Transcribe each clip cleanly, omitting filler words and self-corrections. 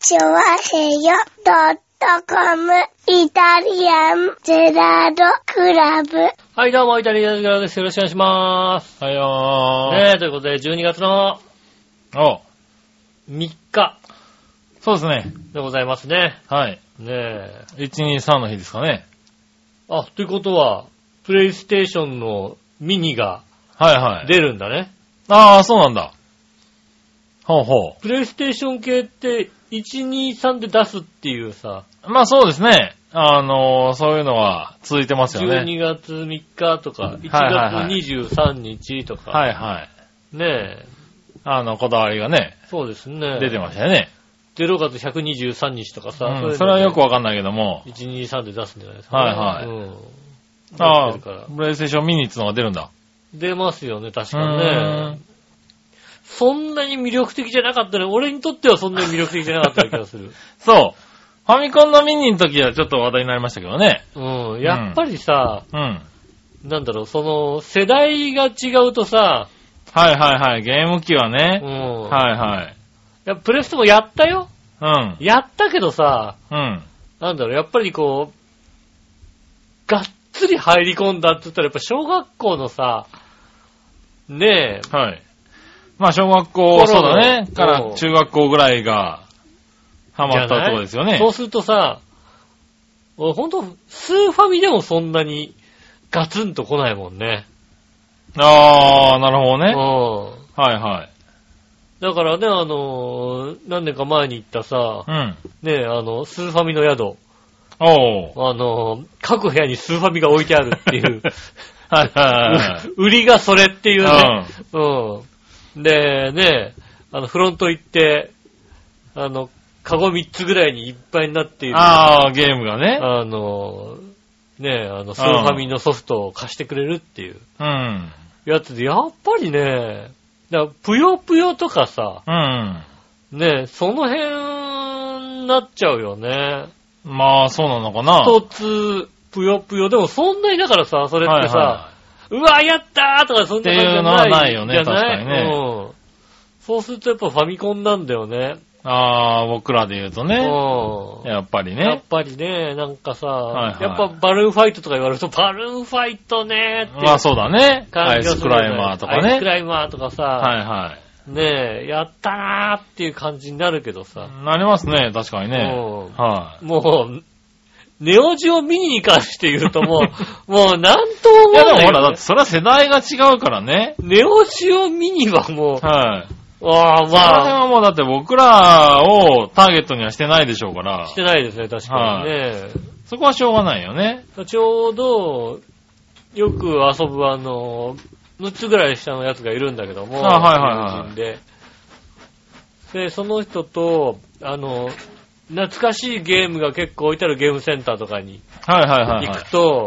チョワヘヨ.com イタリアンゼラードクラブ。 はい、どうも、イタリアンゼラードです。よろしくお願いします。 はいよー。 ねえ、ということで、12月の3日。 そうですね。 でございますね。 はい。 ねえ。 123の日ですかね。 あ、ということは、プレイステーションのミニが出るんだね。 ああ、そうなんだ。ほうほプレイステーション系って123で出すっていうさ。 まあそうですね。そういうのは続いてますよね。 12月3日とか、1月23日とか。 はいはい。 ねえ。 こだわりがね。 そうですね。 出てましたよね。 0月123日とかさ。 うん、それはよくわかんないけども。 123で出すんじゃないですか、ね。 はいはい。うん。 ああ、 プレイステーションミニってのが出るんだ。 出ますよね、確かね。そんなに魅力的じゃなかったね。俺にとってはそんなに魅力的じゃなかった気がする。 そう。ファミコンのミニの時はちょっと話題になりましたけどね。 うん。やっぱりさ、 うん。 なんだろう、その、世代が違うとさ、 はいはいはい。ゲーム機はね。 うん。 はいはい。 やっぱプレステもやったよ。 うん。 やったけどさ、 うん。 なんだろう、やっぱりこう、がっつり入り込んだって言ったらやっぱ小学校のさ、ねえ。 はい。まあ小学校、そうだね。から中学校ぐらいがハマったところですよね。 そうするとさ、ほんと、スーファミでもそんなにガツンと来ないもんね。 あー、なるほどね。はいはい。 だからね、何年か前に行ったさ、 うん。 ね、スーファミの宿。各部屋にスーファミが置いてあるっていう。 はいはいはい。 売りがそれっていうね。うん。で、ね、フロント行って、カゴ3つぐらいにいっぱいになっている。 ああ、ゲームがね。 ね、スーファミのソフトを貸してくれるっていう。 うん。 やつで、やっぱりね、ぷよぷよとかさ、 うん。 ね、その辺になっちゃうよね。 まあ、そうなのかな。 一つ、ぷよぷよ。でもそんなにだからさ、それってさ、はいはい、うわ、やったーとかそんな感じじゃない。っていうのはないよね、確かにね。 うん。そうするとやっぱファミコンなんだよね。 ああ、僕らで言うとね。やっぱりね。 やっぱりね、なんかさ、はいはい、やっぱバルーンファイトとか言われると、バルーンファイトねーって。 まあそうだね。アイスクライマーとかね。 アイスクライマーとかさ。 はいはい。 ねえ、やったなーっていう感じになるけどさ。 なりますね、確かにね。 はい。もう、ネオジオミニに関して言うともう、もうなんとも思わない、ね。いやでもほら、だってそれは世代が違うからね。 ネオジオミニはもう、 はい。 ああ、まあ。 その辺はもうだって僕らをターゲットにはしてないでしょうから。 してないですね、確かにね。はい、 そこはしょうがないよね。 ちょうど、よく遊ぶ6つぐらい下のやつがいるんだけども。 はいはいはい。 で、その人と、懐かしいゲームが結構置いてあるゲームセンターとかに行くと、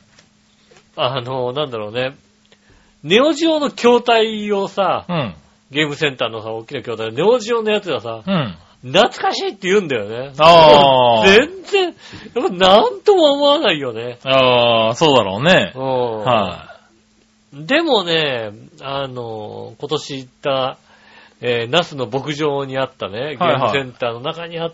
なんだろうね、ネオジオの筐体をさ、ゲームセンターのさ、大きな筐体、ネオジオのやつがさ、懐かしいって言うんだよね。全然、やっぱなんとも思わないよね。 ああ、そうだろうね。 でもね、今年行った、ナスの牧場にあったね、ゲームセンターの中にあった、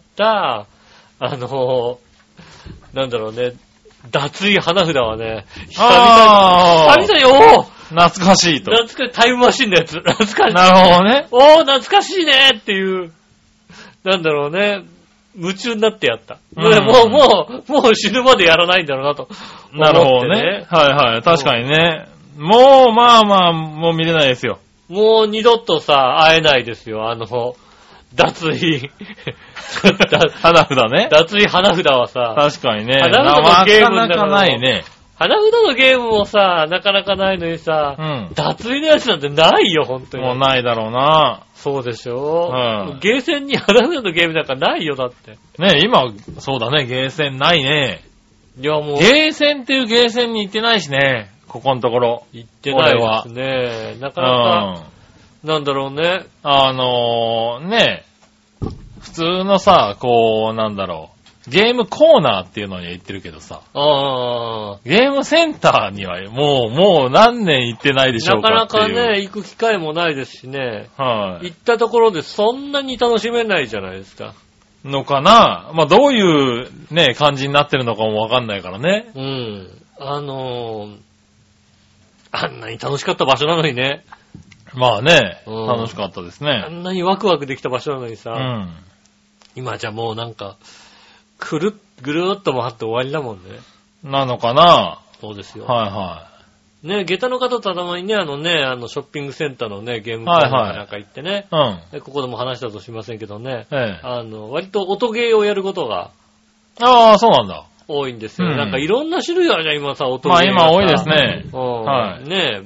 なんだろうね、脱衣花札はね、久々に、 懐かしいと。 懐かしい、タイムマシンのやつ。懐かしい。 なるほどね。 懐かしいねっていう、なんだろうね、夢中になってやった。もう死ぬまでやらないんだろうなと。 なるほどね。はいはい、確かにね。もう、まあまあ、もう見れないですよ。 もう二度とさ、会えないですよ、脱衣。 花札ね。 脱衣花札はさ。 確かにね。 花札のゲームなかなかないね。 花札のゲームもさ、なかなかないのにさ、脱衣のやつなんてないよ、ほんとに。 もうないだろうな。 そうでしょ。ゲーセンに花札のゲームなんかないよ、だって。 ねえ、今、そうだね、ゲーセンないね。 いやもう。 ゲーセンっていうゲーセンに行ってないしね。ここのところ。 行ってないですね。なかなか、なんだろうね。 ね、普通のさ、こう、なんだろう。ゲームコーナーっていうのには行ってるけどさ。ゲームセンターにはもう何年行ってないでしょうかっていう。 なかなかね、行く機会もないですしね。 はい。 行ったところでそんなに楽しめないじゃないですか。 のかな。まあ、どういうね、感じになってるのかもわかんないからね。 うん。あんなに楽しかった場所なのにね。 まあね、楽しかったですね。 あんなにワクワクできた場所なのにさ、 うん、 今じゃもうなんか、ぐるーっと回って終わりだもんね。なのかな。 そうですよ。 はいはい。 ね、下駄の方とたまにね、ショッピングセンターのね、ゲームコーナーなんか行ってね、はいはい、ここでも話したとしませんけどね、割と音ゲーをやることが、 ああ、そうなんだ。 多いんですよ。うん、なんかいろんな種類あるじゃん、今さ、音ゲーがさ。 まあ今多いですね。 はい。ね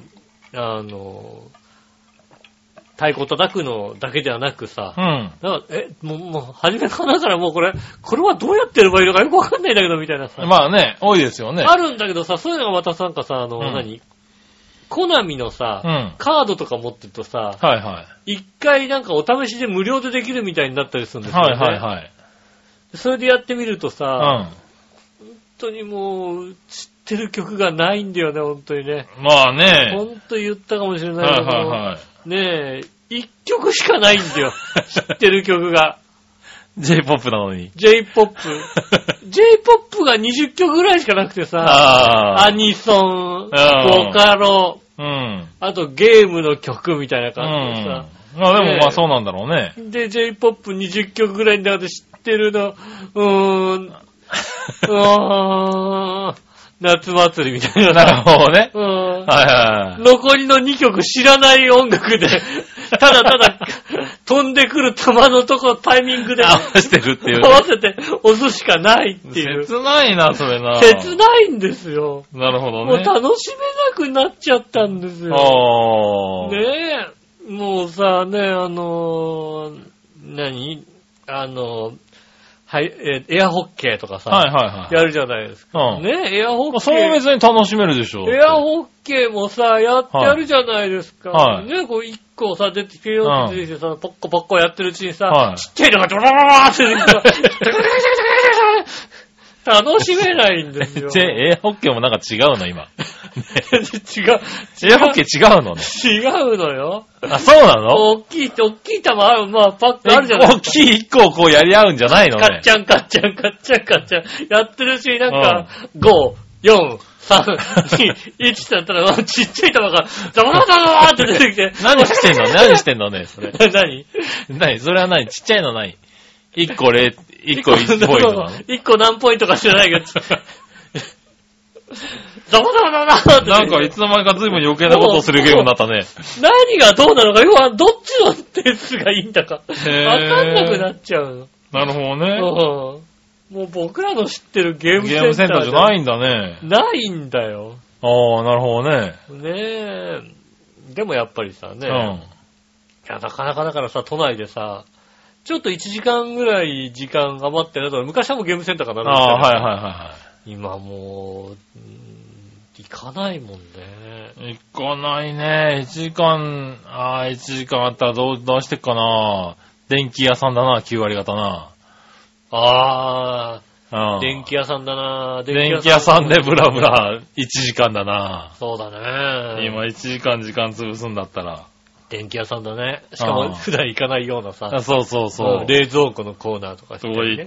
太鼓叩くのだけではなくさ、うん。だからもう、初めからもうこれはどうやってやればいいのかよくわかんないんだけど、みたいなさ。 まあね、多いですよね。 あるんだけどさ、そういうのがまたなんかさ、コナミのさ、うん、カードとか持ってるとさ、 はいはい。 一回なんかお試しで無料でできるみたいになったりするんですよね。 はいはいはい。 それでやってみるとさ、本当にもう、知ってる曲がないんだよね、本当にね。 まあね。 本当言ったかもしれないけど、はいはいはい、ねえ、一曲しかないんだよ、知ってる曲が。 J-POP なのに。 J-POP。J-POP が20曲ぐらいしかなくてさ、アニソン、ボカロ、うん、あとゲームの曲みたいな感じでさ。 まあでもまあそうなんだろうね。 で、J-POP20 曲ぐらいの中で知ってるの、夏祭りみたいな。 なるほどね。 はいはい。残りの2曲知らない音楽で、ただただ飛んでくる球のとこタイミングで合わせてるっていう、 合わせて押すしかないっていう。 切ないな、それな。 切ないんですよ。 なるほどね。 もう楽しめなくなっちゃったんですよ。ねえ。もうさ、ね、はい、エアホッケーとかさ、はいはいはい、やるじゃないですか。うん、ね、エアホッケー。 それも別に楽しめるでしょ。 エアホッケーもさ、やってやるじゃないですか。はい、ね、こう一個さ、出てきてよって出てきてさ、ポッコポッコやってるうちにさ、はい、ちっちゃいのがドラララーって出てきて楽しめないんですよ。 エアホッケーもなんか違うの、今。 違う。 エアホッケー違うのね。 違うのよ。 あ、そうなの？ 大きい球ある、まあ、パックあるじゃないですか。大きい一個をこうやり合うんじゃないのね。 カッチャン。やってるうちになんか、5、4、3、2、1ってなったら、ちっちゃい球が、ザバザバザバって出てきて。 何してんのね、それ。何それは何ちっちゃいの何1個1ポイントなの ?1 個何ポイントか知らないけど。ザバザバザバって。 なんかいつの間にか随分余計なことをするゲームになったね。 何がどうなのか、要はどっちの点数がいいんだか、わかんなくなっちゃうの。なるほどね。 もう僕らの知ってるゲームセンター。 ゲームセンターじゃないんだね。 ないんだよ。 ああ、なるほどね。 ねえ。でもやっぱりさ、ね。いや、なかなかだからさ、都内でさ、ちょっと1時間ぐらい時間余ってると、昔はもうゲームセンターかな。 ああ、はいはいはい。 今もう、行かないもんね。 行かないね。1時間あったらどうしてっかな。電気屋さんだな、9割方な。 電気屋さんだな。 電気屋さんでブラブラ1時間だな。 そうだね。 今1時間時間潰すんだったら。 電気屋さんだね。しかも普段行かないようなさ。 そう。 冷蔵庫のコーナーとかして、ね。そこ行って、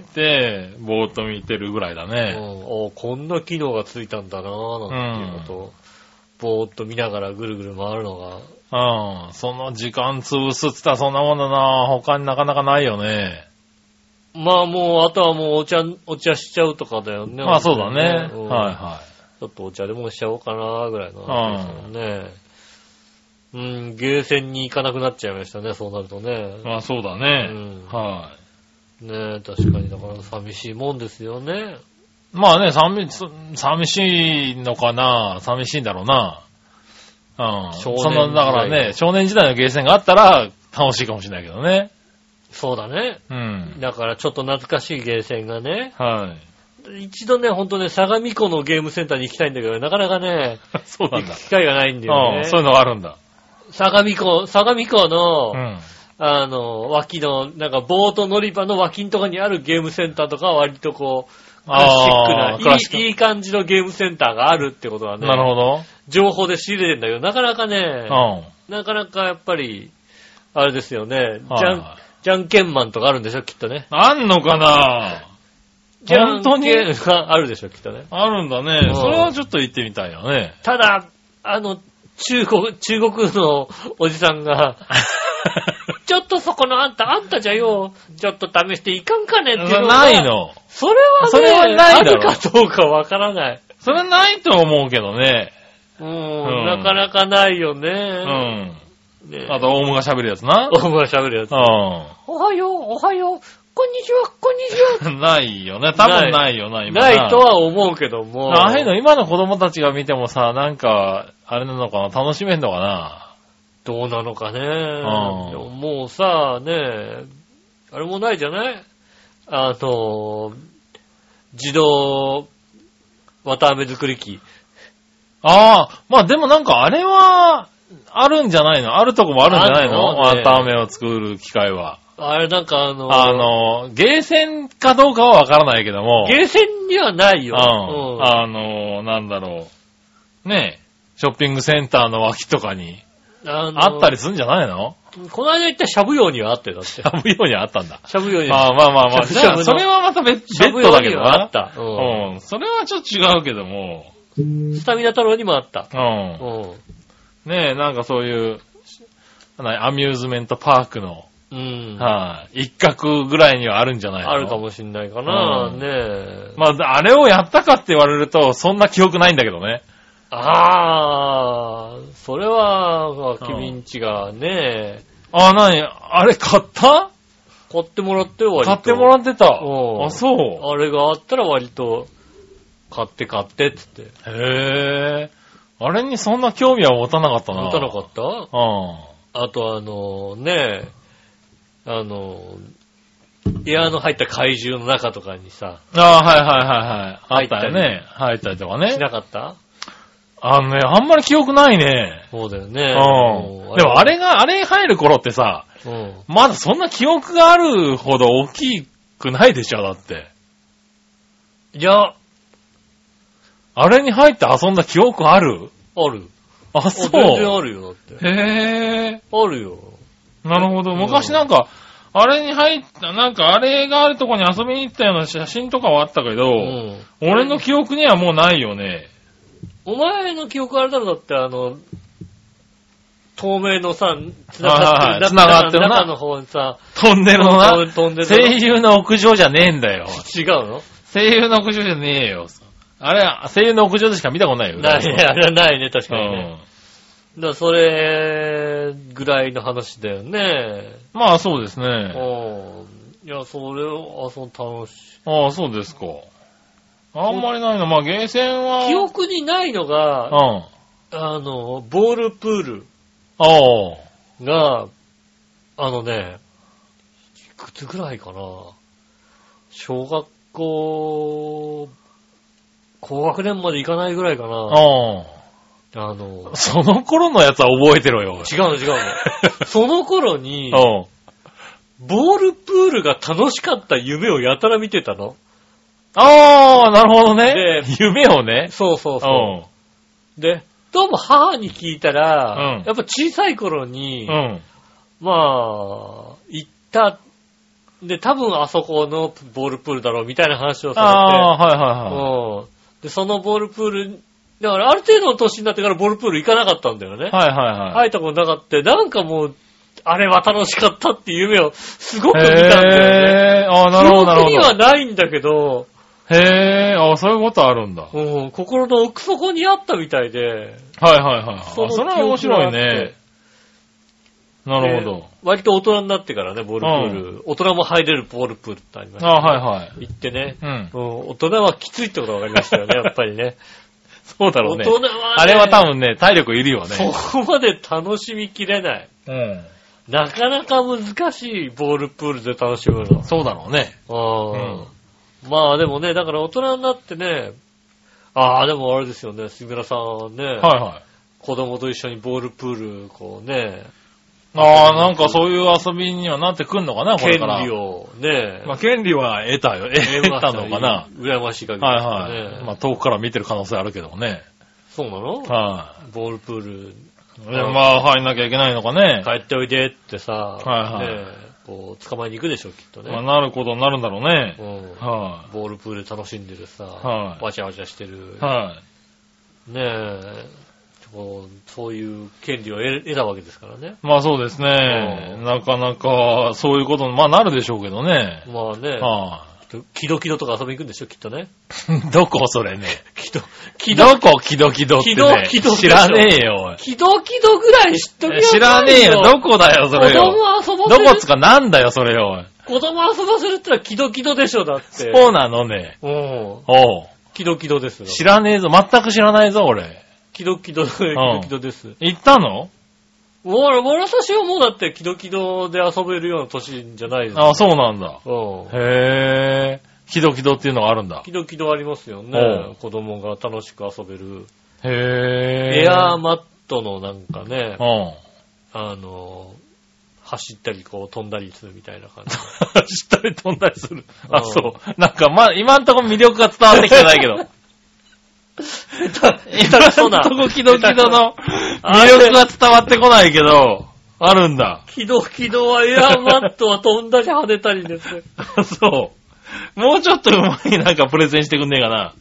ぼーっと見てるぐらいだね。 こんな機能がついたんだなぁ、なんていうことを、ぼーっと見ながらぐるぐる回るのが。 その時間潰すって言ったらそんなもんだなぁ。他になかなかないよね。 まあもう、あとはもうお茶しちゃうとかだよね。 まあそうだね。はいはい。 ちょっとお茶でもしちゃおうかなぐらいの話ですよね。ゲーセンに行かなくなっちゃいましたね、そうなるとね。 まあそうだね。はい。 ねえ、確かにだから寂しいもんですよね。 まあね、寂しいのかな、寂しいんだろうな。だからね、少年時代のゲーセンがあったら楽しいかもしれないけどね。 そうだね。だからちょっと懐かしいゲーセンがね。はい。一度ね、ほんとね、相模湖のゲームセンターに行きたいんだけど、なかなかね、 そうなんだ。 行く機会がないんだよね。 そういうのがあるんだ。 相模湖の、脇の、なんかボート乗り場の脇のとこにあるゲームセンターとかは割とこう、クラシックな、いい感じのゲームセンターがあるってことはね。 なるほど。 情報で仕入れてんだけど、なかなかね、なかなかやっぱり、あれですよね、 じゃんけんマンとかあるんでしょ、きっとね。 あんのかな本当にあるでしょ、きっとね。 あるんだね。それはちょっと行ってみたいよね。 ただ、中国のおじさんが、ちょっとそこのあんたじゃよ、ちょっと試していかんかねっていうのがないの。 それはね、 ないだろ。 あるかどうかわからない。 それはないと思うけどね。 なかなかないよね。 ね、あと、オウムが喋るやつな。 オウムが喋るやつ。おはよう、こんにちは。 ないよね。多分ないよな、今。 ないとは思うけども。 ああいうの今の子供たちが見てもさ、なんか、あれなのかな、楽しめんのかな。 どうなのかね。もうさ、ね、あれもないじゃない？自動、綿飴作り機。 ああ、まあでもなんかあれは、あるんじゃないの？あるとこもあるんじゃないの？綿飴を作る機械は。あれなんかゲーセンかどうかはわからないけども。 ゲーセンにはないよ。 なんだろう。ねえ、ショッピングセンターの脇とかに、あったりするんじゃないの？ この間行ったしゃぶ用にはあってだって。 しゃぶ用にはあったんだ。 しゃぶ用には。まあ。それはまた別途だけどな。 あった。 それはちょっと違うけども。 スタミナ太郎にもあった。 ねえ、なんかそういう、アミューズメントパークの、一角ぐらいにはあるんじゃないの？ あるかもしんないかな、ねえ。 まあ、あれをやったかって言われると、そんな記憶ないんだけどね。 それは、君んちがね。 あれ買った？ 買ってもらってよ、割と。 買ってもらってた。そう。 あれがあったら割と、買ってっつって。 へぇー。あれにそんな興味は持たなかったな。 持たなかった？あとエアの入った怪獣の中とかにさ。 はい。あったよね。入ったりとかね。 しなかった？ あんまり記憶ないね。 そうだよね。 でもあれ入る頃ってさ、まだそんな記憶があるほど大きくないでしょ、だって。 いや、 あれに入って遊んだ記憶ある？ ある。 そう。 全然あるよ、だって。 へぇー。あるよ。 なるほど。昔なんか、あれに入った、なんかあれがあるとこに遊びに行ったような写真とかはあったけど、俺の記憶にはもうないよね。 お前の記憶あれだろ、だって透明のさ、繋がってる中の方にさ、 トンネルのな、声優の屋上じゃねえんだよ。 違うの？ 声優の屋上じゃねえよ。あれ、声優の屋上でしか見たことないよ。 ないね、あれはないね、確かにね。だからそれぐらいの話だよね。 まあそうですね。 いや、それを楽しい。 そうですか。あんまりないの。まあゲーセンは。 記憶にないのが、ボールプールが、いくつぐらいかな。小学校、高学年まで行かないぐらいかな。 その頃のやつは覚えてろよ。 違うの。その頃に、ボールプールが楽しかった夢をやたら見てたの。 なるほどね。夢をね。 そう。で、どうも母に聞いたら、やっぱ小さい頃に、まあ、行った、で、多分あそこのボールプールだろうみたいな話をされて、で、そのボールプール、だからある程度の年になってからボールプール行かなかったんだよね。入ったことなかった。なんかもう、あれは楽しかったっていう夢をすごく見たんだよね。 なるほど。 記憶にはないんだけど、 そういうことあるんだ。 心の奥底にあったみたいで。それは面白いね。なるほど。割と大人になってからね、ボールプール。大人も入れるボールプールってありましたね。行ってね。大人はきついってことが分かりましたよね、やっぱりね。 そうだろうね。 大人はね。 あれは多分ね、体力いるよね。 そこまで楽しみきれない。なかなか難しいボールプールで楽しむの。 そうだろうね。 まあでもね、だから大人になってね、でもあれですよね、杉村さんね。子供と一緒にボールプール、こうね。 なんかそういう遊びにはなってくんのかな、これから。 権利をね。 まあ権利は得たよ。得たのかな。 羨ましい限りですね。 まあ遠くから見てる可能性あるけどね。 そうなの？ボールプール。 まあ入んなきゃいけないのかね。 帰っておいでってさ。 こう、捕まえに行くでしょ、きっとね。 まあ、なることになるんだろうね。 はい、ボールプールで楽しんでるさ、わちゃわちゃしてる。ねえ、そういう権利を得たわけですからね。 まあそうですね。なかなか、そういうことに、まあなるでしょうけどね。 まあね。キドキドとか遊びに行くんでしょ、きっとね。 どこそれね。 どこキドキドって、ね。知らねえよ。 キドキドぐらい知っときよ。 知らねえよ。どこだよ、それよ。 子供遊ばせる。 どこつかなんだよ、それよ。 子供遊ばせるってのはキドキドでしょ、だって。 そうなのね。 おう。キドキドですよ。 知らねえぞ。全く知らないぞ、俺。 キドキドです。 行ったの？ 私はもうだってキドキドで遊べるような年じゃないです。 あ、そうなんだ。 へぇー。キドキドっていうのがあるんだ。 キドキドありますよね。子供が楽しく遊べる。 へぇー。 エアーマットのなんかね、走ったりこう飛んだりするみたいな感じ。 走ったり飛んだりする。あ、そう。なんか今んとこ魅力が伝わってきてないけど。今んとこキドキドの魅力が伝わってこないけど、あるんだ。 キドキドはエアーマットは飛んだり跳ねたりです。 そう。もうちょっとうまいなんかプレゼンしてくんねえかな。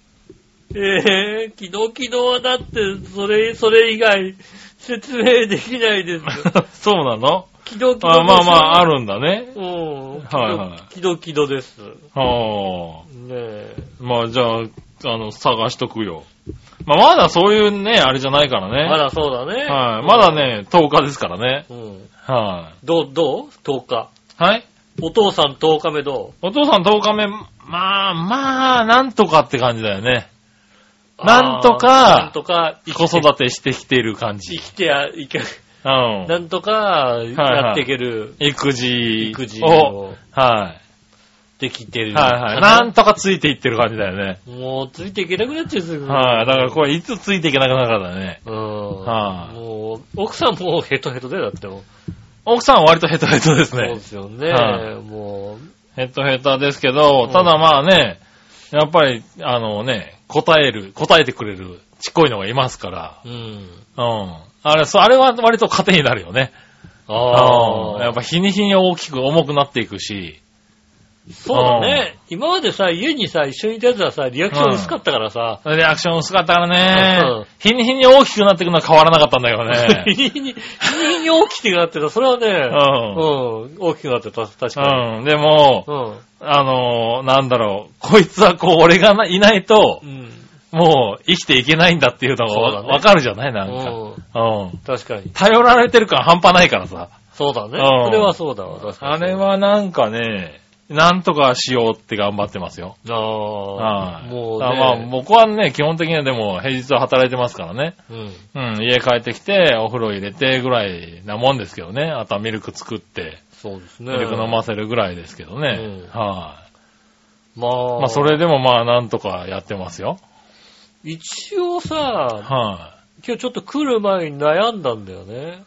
キドキドはだって、それ以外説明できないです。 そうなの？ キドキド。 まあ、あるんだね。 キドキドです。 はぁ。ねえ。 まあ、じゃあ、探しとくよ。まあ、まだそういうね、あれじゃないからね。 まだそうだね。 はい。まだね、10日ですからね。はい。 どう ?10 日。 はい。 お父さん10日目どう？ お父さん10日目、まあ、なんとかって感じだよね。なんとか、子育てしてきてる感じ。 生きていける。なんとか、やっていける。 育児を。 はい。 できてる。 なんとかついていってる感じだよね。 もうついていけなくなっちゃうすぐ。 だからこれいつついていけなくなるかだね。 もう、奥さんもヘトヘトでだっても。 奥さんは割とヘトヘトですね。 そうですよね。もう。 ヘトヘトですけど、ただまあね、やっぱり、答えてくれるちっこいのがいますから。あれは割と糧になるよね。やっぱ日に日に大きく重くなっていくし。 そうだね。今までさ、家にさ、一緒にいたやつはさ、リアクション薄かったからさ。 リアクション薄かったからね。日に日に大きくなっていくのは変わらなかったんだよね。 日に日に大きくなってた。それはね、大きくなってた。確かに。 でも、なんだろう、こいつはこう、俺がいないと、もう生きていけないんだっていうのがわかるじゃないなんか。 確かに。 頼られてる感半端ないからさ。 そうだね。それはそうだわ。確かに。 あれはなんかね、なんとかしようって頑張ってますよ。 もう、 まあ僕はね、基本的にはでも平日は働いてますからね。家帰ってきて、お風呂入れてぐらいなもんですけどね。あとはミルク作って、 そうですね。 ミルク飲ませるぐらいですけどね。 まあそれでもまあなんとかやってますよ。 一応さ、今日ちょっと来る前に悩んだんだよね。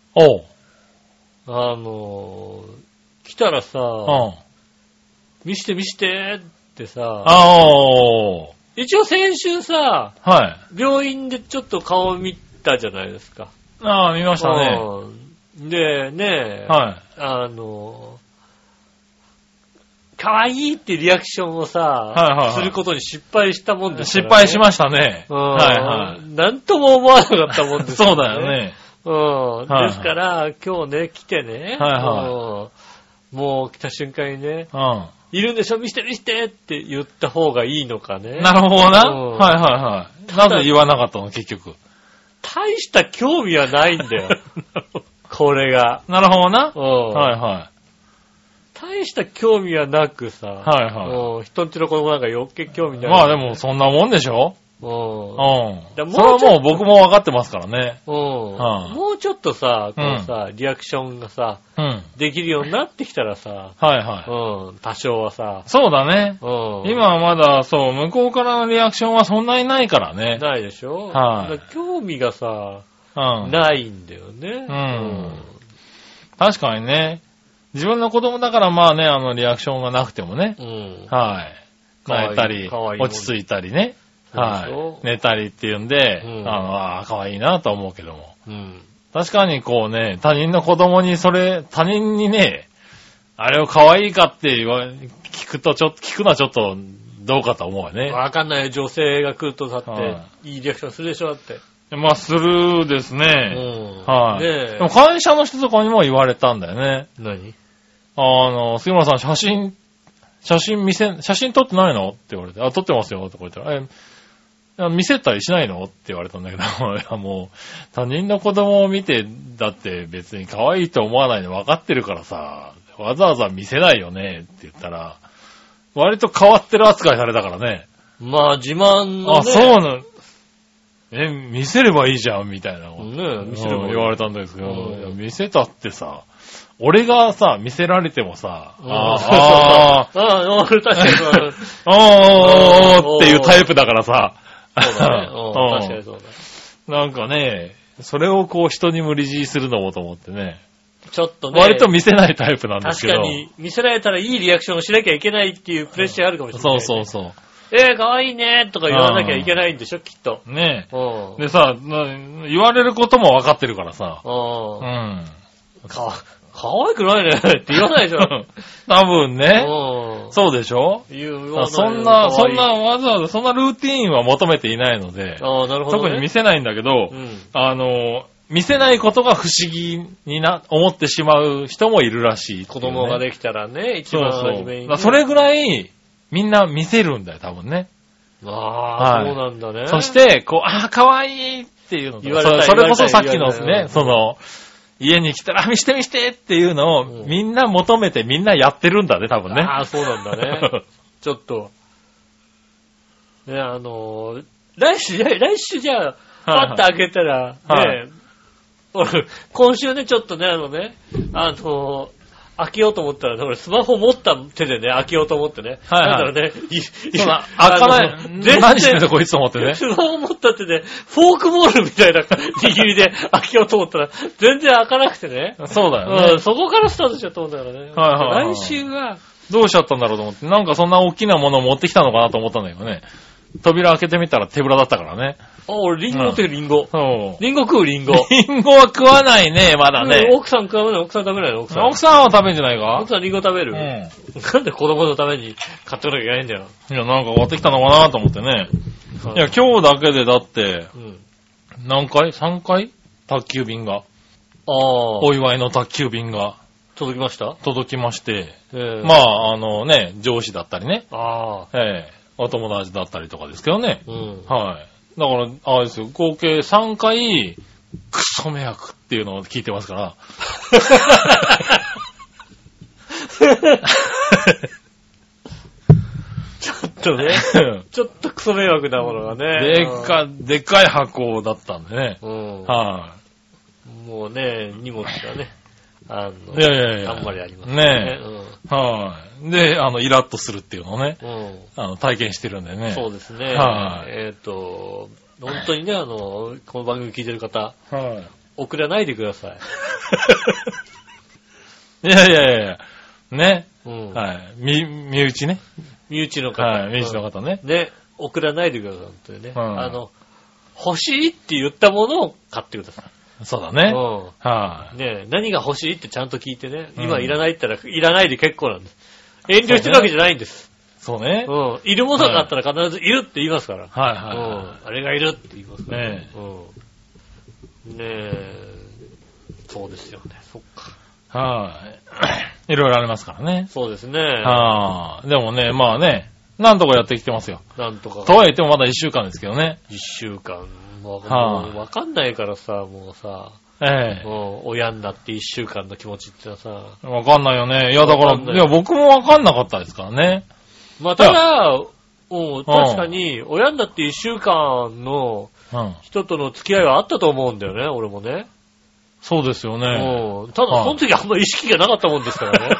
来たらさ、見してってさ、一応先週さ、病院でちょっと顔見たじゃないですか。 見ましたね。 で、ね、かわいいってリアクションをさ、することに失敗したもんですからね。 失敗しましたね。 なんとも思わなかったもんですそうだよね。 ですから、今日ね、来てね、もう来た瞬間にね、いるんでしょ見してって言った方がいいのかね。 なるほどな。なんで言わなかったの結局。 大した興味はないんだよ。これが。 なるほどな。 大した興味はなくさ、人んちの子供なんか余計興味ない。 まあでもそんなもんでしょ。それはもう僕も分かってますからね。 もうちょっとさ、リアクションがさ、できるようになってきたらさ、多少はさ。 そうだね。今はまだ、向こうからのリアクションはそんなにないからね。 ないでしょ。興味がさ、ないんだよね。 確かにね。自分の子供だからまあね、リアクションがなくてもね。泣いたり、落ち着いたりね。寝たりっていうんで、可愛いなと思うけども。確かにこうね、他人の子供に他人にね、 あれを可愛いかって聞くのはちょっとどうかと思うよね。 わかんない。女性が来るとだって、いいリアクションするでしょだって。 まあ、するですね。はい。でも会社の人とかにも言われたんだよね。 何？ 杉村さん写真撮ってないのって言われて、撮ってますよとか言ったら、見せたりしないのって言われたんだけど、いやもう、他人の子供を見て、だって別に可愛いと思わないの分かってるからさ、わざわざ見せないよねって言ったら、割と変わってる扱いされたからね。 まあ自慢のね。 そうなの。見せればいいじゃんみたいな。 ね見せれば言われたんですけど、いや見せたってさ、俺がさ、見せられてもさ、 確かにっていうタイプだからさ。 そうだね。確かにそうだ。 なんかね、それをこう人に無理強いするのもと思ってね。 ちょっとね。 割と見せないタイプなんですけど。 確かに、見せられたらいいリアクションをしなきゃいけないっていうプレッシャーがあるかもしれない、ね。 そうそうそう。 かわいいねとか言わなきゃいけないんでしょ、きっと。 ねえ。でさ、言われることも分かってるからさ。 かわいくないねって言わないでしょ。 多分ね。そうでしょ？そんな、わざわざそんなルーティーンは求めていないので。 なるほど、ね。 特に見せないんだけど、見せないことが不思議に思ってしまう人もいるらしい、ね。 子供ができたらね、一番初めに、 ね。それぐらい、みんな見せるんだよ、多分ね。 そうなんだね。 そして、かわいいっていうのと、それこそさっきのね、家に来たら、見してっていうのを、みんな求めてみんなやってるんだね、多分ね。 そうなんだね。ちょっと。ね、来週じゃあ、パッと開けたら、ね、俺、今週ね、ちょっとね、開けようと思ったら、俺スマホ持った手でね、開けようと思ってね。だからね、 開かない。何してんだこいつと思ってね。 スマホ持った手で、フォークボールみたいな握りで開けようと思ったら、全然開かなくてね。 そうだよね。 そこからスタートしちゃったもんだからね。来週は、 どうしちゃったんだろうと思って、なんかそんな大きなものを持ってきたのかなと思ったんだけどね。扉開けてみたら手ぶらだったからね。 俺リンゴ持ってるリンゴ。リンゴ食うリンゴ。 リンゴは食わないね、まだね。 奥さん食わない。奥さん食べないの？ 奥さんは食べんじゃないか？ 奥さんリンゴ食べる？なんで子供のために買ってこなきゃいけないんだよ。 いや、なんか持ってきたのかなと思ってね。いや、今日だけでだって、何回 ?3 回宅急便が。お祝いの宅急便が。 届きました？ 届きまして。まあ、上司だったりね。お友達だったりとかですけどね。はい。だから、あれですよ、合計3回、クソ迷惑っていうのを聞いてますから。 ちょっとね、ちょっとクソ迷惑なものがね。 でっかい箱だったんでね。 はい。もうね、荷物がね。 いやあんまりありますね。はい。で、イラッとするっていうのをね、体験してるんでね。 そうですね。本当にね、この番組聞いてる方、送らないでください。いや、ね。はい。身内ね。 身内の方。 はい、身内の方ね。 ね、送らないでください、本当にね。欲しいって言ったものを買ってください。 そうだね。 ね、何が欲しいってちゃんと聞いてね。今いらないって言ったらいらないで結構なんです。遠慮してるわけじゃないんです。 そうね。 いるものがあったら必ずいるって言いますから。 あれがいるって言いますからね。 そうですよね。そっか。 はい。いろいろありますからね。 そうですね。 でもね、まあね、なんとかやってきてますよ。 なんとか。 とは言ってもまだ1週間ですけどね。 1週間。もうわかんないからさ、もうさ。親になって1週間の気持ちってのはさ。 わかんないよね。いや、だから、いや、僕もわかんなかったですからね。 まあ、ただ、確かに、親になって1週間の人との付き合いはあったと思うんだよね、俺もね。 そうですよね。 ただ、その時あんまり意識がなかったもんですからね。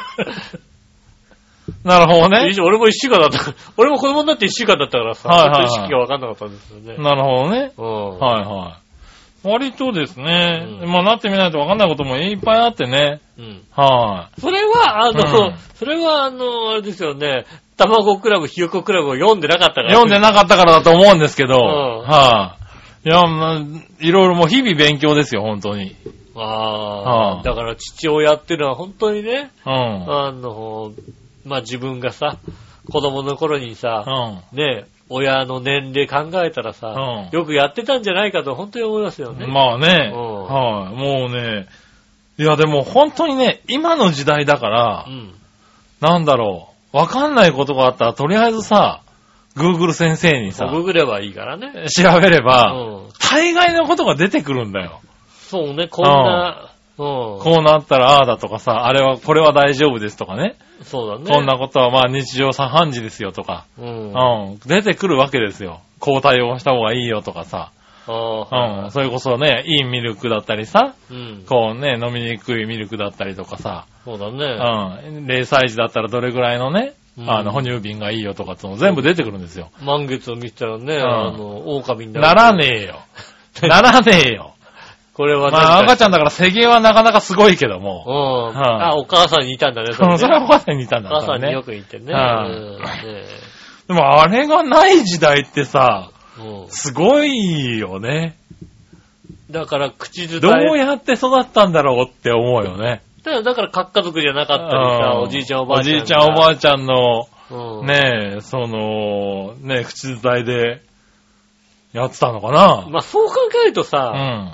なるほどね。 俺も1週間だった。俺も子供になって1週間だったからさ、ちょっと意識がわかんなかったんですよね。 なるほどね。割とですね、まあなってみないとわかんないこともいっぱいあってね。 それは、あれですよね、卵クラブ、ひよこクラブを読んでなかったから。 読んでなかったからだと思うんですけど、いや、いろいろもう日々勉強ですよ、本当に。 だから父親っていうのは本当にね、まあ、自分がさ、子供の頃にさ、ね、親の年齢考えたらさ、よくやってたんじゃないかと本当に思いますよね。 まあね、もうね、いやでも本当にね、今の時代だから、なんだろう、わかんないことがあったらとりあえずさ、Google 先生にさ、 ググればいいからね。 調べれば、大概のことが出てくるんだよ。 そうね、こんな、 こうなったらああだとかさ、これは大丈夫ですとかね。 そうだね。 こんなことはまあ日常茶飯事ですよとか、出てくるわけですよ。こう対応した方がいいよとかさ。それこそね、いいミルクだったりさ、こうね、飲みにくいミルクだったりとかさ。 そうだね。 0歳児だったらどれぐらいのね、哺乳瓶がいいよとかっての全部出てくるんですよ。 満月を見たらね、狼にならねえよ。ならねえよ。 これはね。 まあ赤ちゃんだから世間はなかなかすごいけども。 お母さんにいたんだね。 それはお母さんにいたんだね。 お母さんによく言ってね。 でもあれがない時代ってさ、すごいよね。 だから口伝え。 どうやって育ったんだろうって思うよね。 だから核家族じゃなかったりさ、おじいちゃんおばあちゃん。 おじいちゃんおばあちゃんの、ねえ、口伝えでやってたのかな。 まあそう考えるとさ、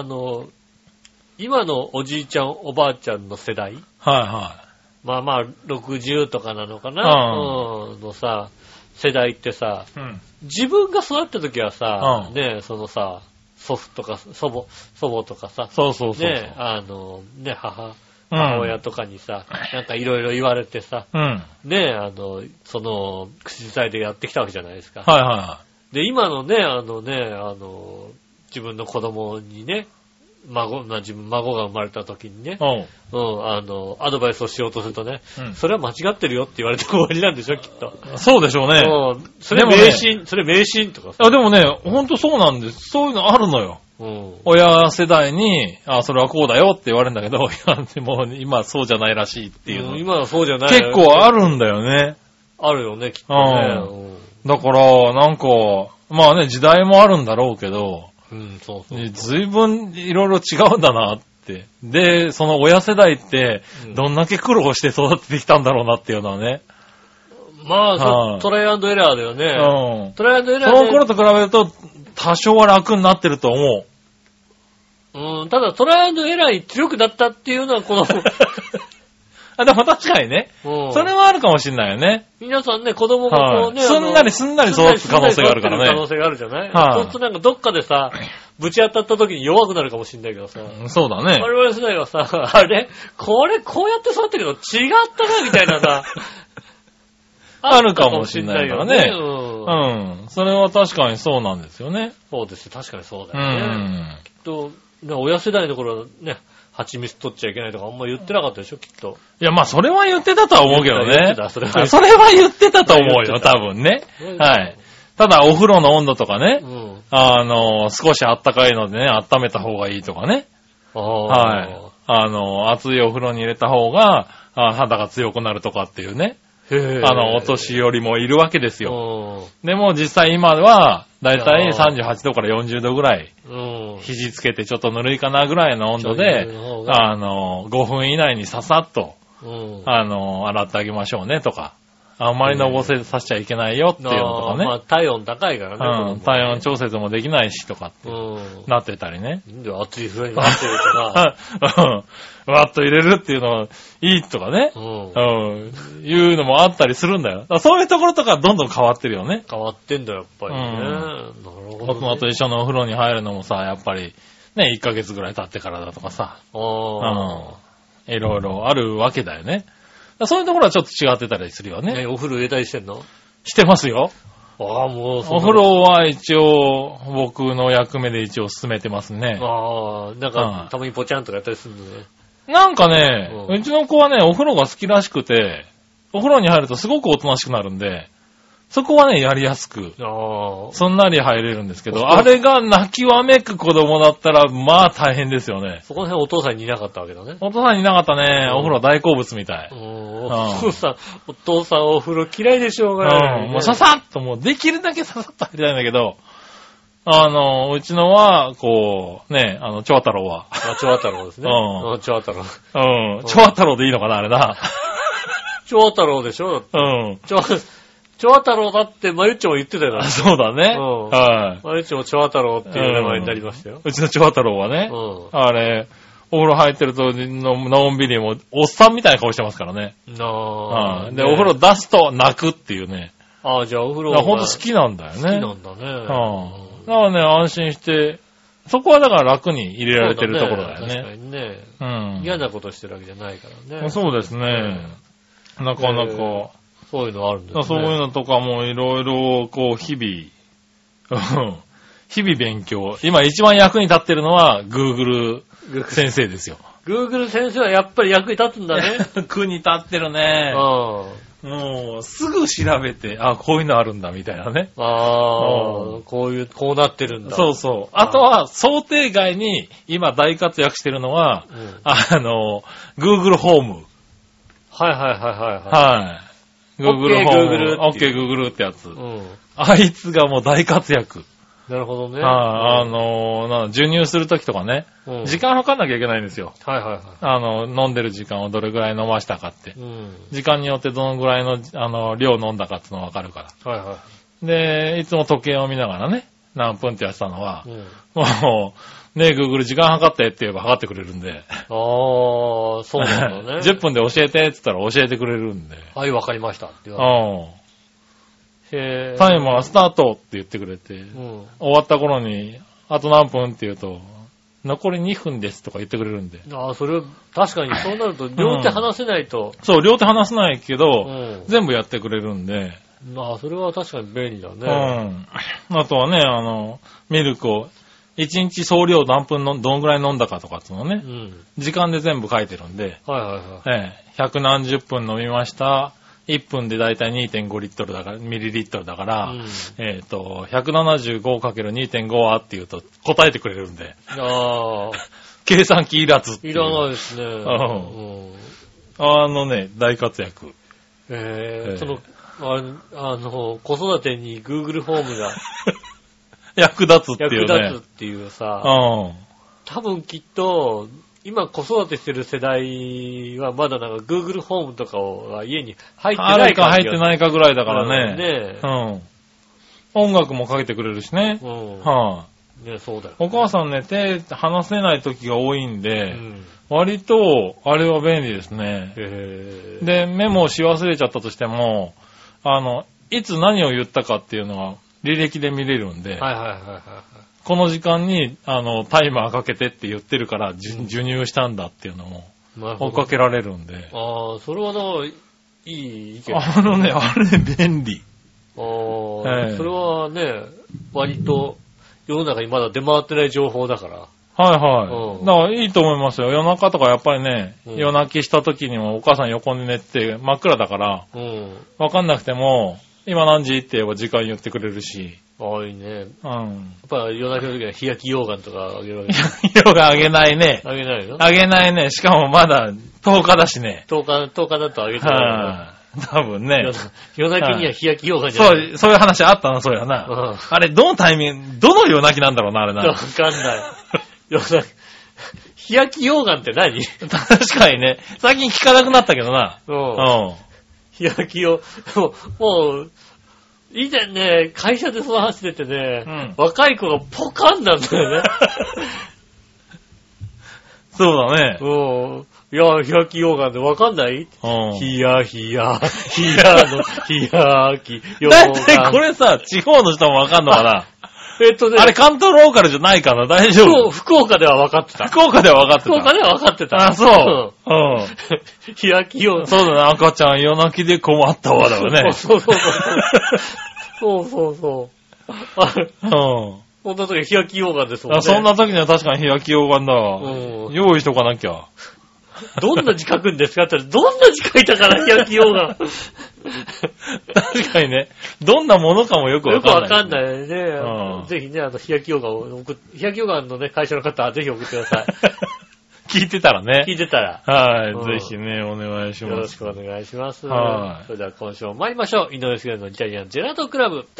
今のおじいちゃんおばあちゃんの世代、まあ60とかなのかな、のさ、世代ってさ、自分が育った時はさ、ねえ、そのさ、祖父とか祖母とかさ、ねえ、母親とかにさ、なんかいろいろ言われてさ、ねえ、口伝えでやってきたわけじゃないですか。で、今のね、自分の子供にね、孫が生まれた時にね、アドバイスをしようとするとね、それは間違ってるよって言われて終わりなんでしょ、きっと。 そうでしょうね。 それ迷信とかさ。 でもね、ほんとそうなんです。そういうのあるのよ。親世代に、それはこうだよって言われるんだけど、いや、でも今そうじゃないらしいっていうの。 今はそうじゃない。 結構あるんだよね。 あるよね、きっとね。 だから、なんか、まあね、時代もあるんだろうけど、ずいぶんいろいろ違うんだなって。で、その親世代って、どんだけ苦労して育ててきたんだろうなっていうのはね。 まあ、トライアンドエラーだよね。トライアンドエラーで。その頃と比べると、多少は楽になってると思う。ただトライアンドエラーに強くなったっていうのはこの、 でも確かにね。それはあるかもしれないよね。 皆さんね、子供がこうね、 すんなり育つ可能性があるからね。 可能性があるじゃない？そうするとなんかどっかでさ、ぶち当たった時に弱くなるかもしれないけどさ。 そうだね。 我々世代はさ、あれこうやって育ったけど違ったなみたいなさ。 あるかもしれないからね。それは確かにそうなんですよね。 そうですよ。確かにそうだよね。きっと、親世代の頃ね、蜂蜜取っちゃいけないとかあんま言ってなかったでしょ、きっと。 いや、まあ、それは言ってたとは思うけどね。 それは言ってたと思うよ、多分ね。はい。ただ、お風呂の温度とかね、少しあったかいのでね、温めた方がいいとかね。はい。熱いお風呂に入れた方が、肌が強くなるとかっていうね。お年寄りもいるわけですよ。でも実際今は、だいたい38度から40度ぐらい、肘つけてちょっとぬるいかなぐらいの温度で、5分以内にささっと、洗ってあげましょうねとか、あんまりのぼせさせちゃいけないよっていうのとかね。 まあ体温高いからね。 体温調節もできないしとかってなってたりね。 熱い風になってるから。 わっと入れるっていうのはいいとかね。いうのもあったりするんだよ。そういうところとかどんどん変わってるよね。 変わってんだよ、やっぱりね。なるほど。 大人と一緒のお風呂に入るのもさ、やっぱりね、1ヶ月ぐらい経ってからだとかさ。いろいろあるわけだよね。そういうところはちょっと違ってたりするよね。 お風呂入れたりしてんの？ してますよ。 もうお風呂は一応、僕の役目で一応進めてますね。 なんか、たまにポチャンとかやったりするのね。 なんかね、うちの子はね、お風呂が好きらしくて、お風呂に入るとすごくおとなしくなるんで、そこはね、やりやすく、そんなに入れるんですけど、あれが泣きわめく子供だったら、まあ大変ですよね。 そこら辺お父さんにいなかったわけだね。 お父さんにいなかったね。お風呂大好物みたい。 お父さんお風呂嫌いでしょうがない。 もうささっと、もうできるだけささっと入りたいんだけど、 うちのは、こう、ね、チョア太郎は。 チョア太郎ですね。 うん。 チョア太郎。 うん。チョア太郎でいいのかな、あれな。 チョア太郎でしょ？うん。チョア太郎だってマユッチョも言ってたよな。 そうだね。うん。はい。 マユッチョもチョア太郎っていう名前になりましたよ。 うちのチョア太郎はね。うん。あれ、お風呂入ってるとのんびりもおっさんみたいな顔してますからね。で、お風呂出すと泣くっていうね。 じゃあお風呂がほんと好きなんだよね。 好きなんだね。 だからね、安心して、そこはだから楽に入れられてるところだよね。 確かにね。うん。嫌なことしてるわけじゃないからね。 そうですね。なかなか。 そういうのあるんですね。 そういうのとかもいろいろ、こう、日々勉強。今一番役に立ってるのは、Google 先生ですよ。 Google 先生はやっぱり役に立つんだね。 役に立ってるね。もう、すぐ調べて、こういうのあるんだ、みたいなね。 こうなってるんだ。 そうそう。あとは、想定外に、今大活躍してるのは、Google ホーム。 はい。 Google ホーム。OK Google ってやつ。あいつがもう大活躍。 なるほどね。 授乳するときとかね、時間測んなきゃいけないんですよ。飲んでる時間をどれぐらい飲ましたかって。時間によってどのぐらいの、量飲んだかっていうのがわかるから。で、いつも時計を見ながらね、何分ってやってたのは、もう、ねえ、Google 時間測ってって言えば測ってくれるんで。 そうなんだね。 10分で教えてって言ったら教えてくれるんで。 はい、わかりましたって言われて。 タイマースタートって言ってくれて、終わった頃に、あと何分って言うと、残り2分ですとか言ってくれるんで。 それ、確かにそうなると、両手離せないと。 そう、両手離せないけど、全部やってくれるんで。 それは確かに便利だね。 あとはね、ミルクを、1日総量何分どのぐらい飲んだかとかっていうのね、時間で全部書いてるんで、100何十分飲みました。1分でだいたい 2.5 リットルだから、ミリリットルだから、175×2.5 はって言うと答えてくれるんで。計算機いらずっていう。 いらないですね。 大活躍。 子育てに Google ホームが役立つっていうね。 役立つっていうさ、多分きっと、今子育てしてる世代はまだなんか Google ホームとかは家に入ってないあるか入ってないかぐらいだからね。音楽もかけてくれるしね。 そうだよ。 お母さんね、手離せない時が多いんで、割と、あれは便利ですね。で、メモをし忘れちゃったとしても、いつ何を言ったかっていうのは履歴で見れるんで、この時間に、タイマーかけてって言ってるから、授乳したんだっていうのも、追っかけられるんで。 それは、いい意見。 あれ便利。 それはね、割と、世の中にまだ出回ってない情報だから。 だからいいと思いますよ。夜中とかやっぱりね、夜泣きした時にもお母さん横に寝て真っ暗だから、わかんなくても、今何時って言えば時間言ってくれるし。 いいね。やっぱ夜泣きの時は日焼き溶岩とかあげるわけ。 日焼き溶岩あげないね。 あげないの？ あげないね。しかもまだ10日だしね。 10日だとあげてない。 多分ね。 夜泣きには日焼き溶岩じゃない。 そういう話あったな、そうやな。あれ、どのタイミング、どの夜泣きなんだろうな、あれな。 わかんない。日焼き溶岩って何？ 確かにね。最近聞かなくなったけどな。 日焼きを、もう、以前ね、会社でその話出てね、若い子がポカンなんだよね。 そうだね。 いや、日焼き溶岩でわかんない？日焼き溶岩。 だいたいこれさ、地方の人もわかんのかな？あれ関東ローカルじゃないかな？大丈夫？ 福岡ではわかってた。 福岡ではわかってた。そう。 日焼き溶岩。 そうだね、赤ちゃん夜泣きで困ったわだよね。 そう。そんな時日焼き溶岩ですもんね。 そんな時には確かに日焼き溶岩だわ。用意しとかなきゃ。 どんな字書くんですかって言ったら、どんな字書いたから日焼き溶岩。 確かにね。どんなものかもよくわかんない。 よくわかんないね。ぜひね、日焼き溶岩を日焼き溶岩のね、会社の方はぜひ送ってください。 聞いてたらね。 聞いてたら。 はい。ぜひね、お願いします。 よろしくお願いします。 はい。 それでは今週も参りましょう。井上杉のイタリアンジェラートクラブ。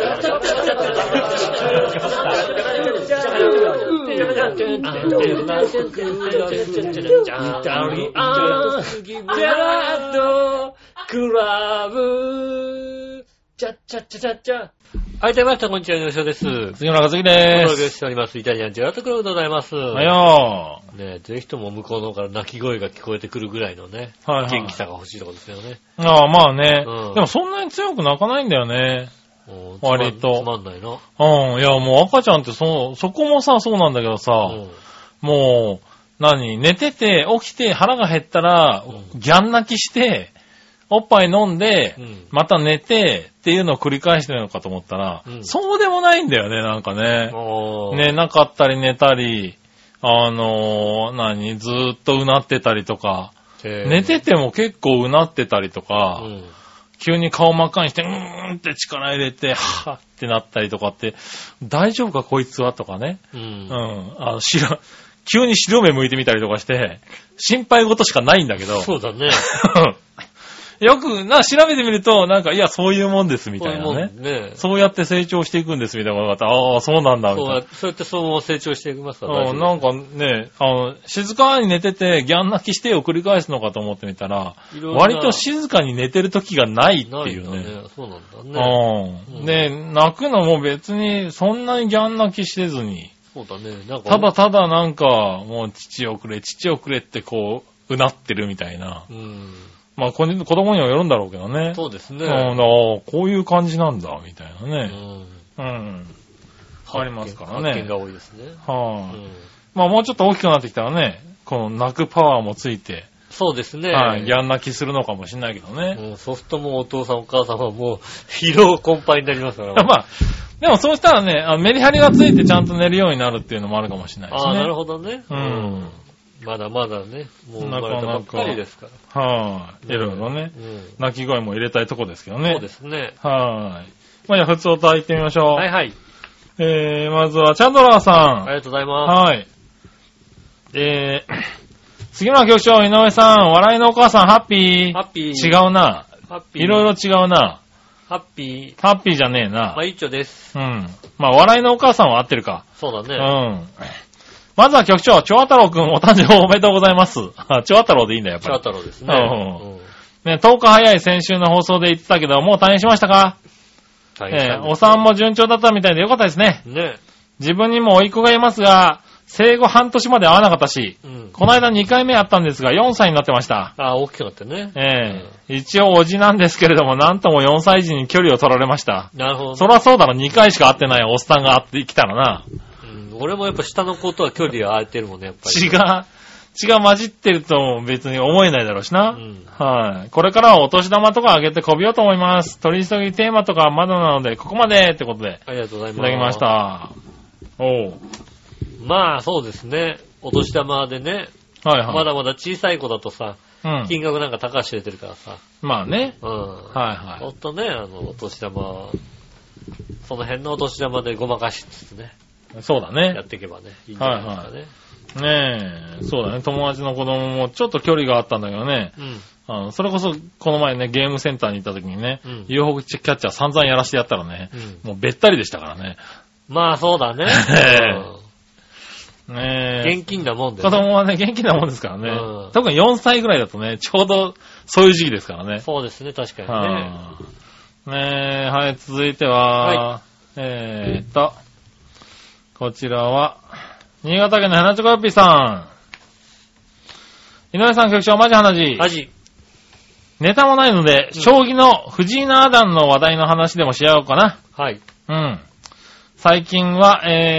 はい、どうもこんにちは、井上翔です。 杉村和樹です。 お届けしております。イタリアンジェラートクラブでございます。 はいよー。ね、ぜひとも向こうの方から泣き声が聞こえてくるぐらいのね、はいはい、元気さが欲しいところですよね。 ああ、まあね、うん。でもそんなに強く泣かないんだよね。割と。 つまんないな。 うん。いや、もう赤ちゃんってそこもさ、そうなんだけどさ、もう、寝てて、起きて腹が減ったら、ギャン泣きして、おっぱい飲んで、また寝て、っていうのを繰り返してるのかと思ったら、そうでもないんだよね、なんかね。寝なかったり寝たり、ずーっとうなってたりとか、寝てても結構うなってたりとか、急に顔真っ赤にして、って力入れて、はぁってなったりとかって、大丈夫かこいつはとかね。急に白目向いてみたりとかして、心配事しかないんだけど。 そうだね。 よく、調べてみると、いや、そういうもんです、みたいなね。そうやって成長していくんです、みたいなことがあった。ああ、そうなんだ、みたいな。 そうやってそう成長していきますから。 なんかね、静かに寝てて、ギャン泣きしてを繰り返すのかと思ってみたら、割と静かに寝てる時がないっていうね。 そうなんだね。 で、泣くのも別に、そんなにギャン泣きしてずに。 そうだね。 ただただもう父をくれってうなってるみたいな。まあ、子供にはよるんだろうけどね。 そうですね。 こういう感じなんだ、みたいなね。ありますからね。 発見が多いですね。 まあ、もうちょっと大きくなってきたらね、この泣くパワーもついて。 そうですね。 ギャン泣きするのかもしれないけどね。 ソフトもお父さんお母さんはもう疲労困憊になりますから。 まあ、でもそうしたらね、メリハリがついてちゃんと寝るようになるっていうのもあるかもしれないですね。 なるほどね。まだまだね、もう生まれたばっかりですから。 いろいろね、泣き声も入れたいとこですけどね。 そうですね。 まあ、じゃあ、普通歌行ってみましょう。 はいはい。 まずは、チャドラーさん。 ありがとうございます。 杉村局長、井上さん、笑いのお母さん、ハッピー。 ハッピー。 違うな。 ハッピー。 いろいろ違うな。 ハッピー。 ハッピーじゃねえな。 まあ、一緒です。 まあ、笑いのお母さんは合ってるか。 そうだね。 まずは局長、チョア太郎くんお誕生日おめでとうございます。チョア太郎でいいんだよ、やっぱり。 チョア太郎ですね。 ね、10日早い先週の放送で言ってたけど、もう退院しましたか？お産も順調だったみたいでよかったですね。自分にも甥っ子がいますが、生後半年まで会わなかったし、この間2回目会ったんですが、4歳になってました。 大きくなってね。 一応おじなんですけれども、なんとも4歳児に距離を取られました。 なるほど。 そりゃそうだろ、2回しか会ってないおっさんが会ってきたらな。 俺もやっぱ下の子とは距離が空いてるもんね、やっぱり。 血が混じってると別に思えないだろうしな。これからはお年玉とかあげてこびようと思います。取り急ぎテーマとかまだなので、ここまでってことで。 ありがとうございます。 いただきました。 まあ、そうですね。お年玉でね。まだまだ小さい子だとさ、金額なんか高くしててるからさ。 まあね。 ほんとね、お年玉、その辺のお年玉でごまかしつつね。 そうだね。 やっていけばね、いいんじゃないですかね。 そうだね。友達の子供もちょっと距離があったんだけどね。それこそ、この前ね、ゲームセンターに行った時にね、UFO キャッチャー散々やらしてやったらね、もうべったりでしたからね。 まあそうだね。現金なもんで、 子供はね、現金なもんですからね。特に4歳ぐらいだとね、ちょうどそういう時期ですからね。 そうですね、確かにね。 はい、続いては、こちらは、新潟県の花チョコヨッピーさん。井上さん局長、マジ話。 マジ。 ネタもないので、将棋の藤井七段の話題の話でもしようかな。 はい。 最近は、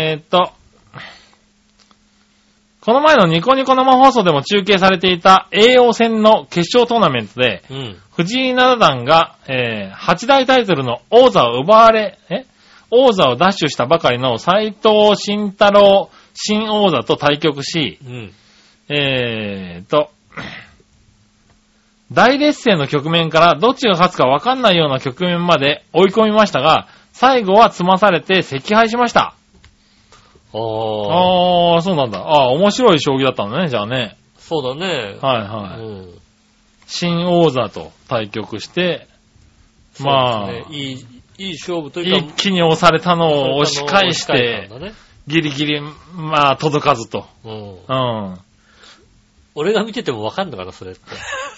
この前のニコニコ生放送でも中継されていた叡王戦の決勝トーナメントで、藤井七段が、8大タイトルの王座を奪われ、王座を奪取したばかりの斉藤慎太郎新王座と対局し、大劣勢の局面からどっちが勝つか分かんないような局面まで追い込みましたが、最後は詰まされて惜敗しました。そうなんだ。面白い将棋だったんだね、じゃあね。 そうだね。 はいはい。うん、新王座と対局して、まあ、ね、いい勝負というか、一気に押されたのを押し返して、ギリギリ、まあ、届かずと。うん。 俺が見ててもわかんのかな、それって。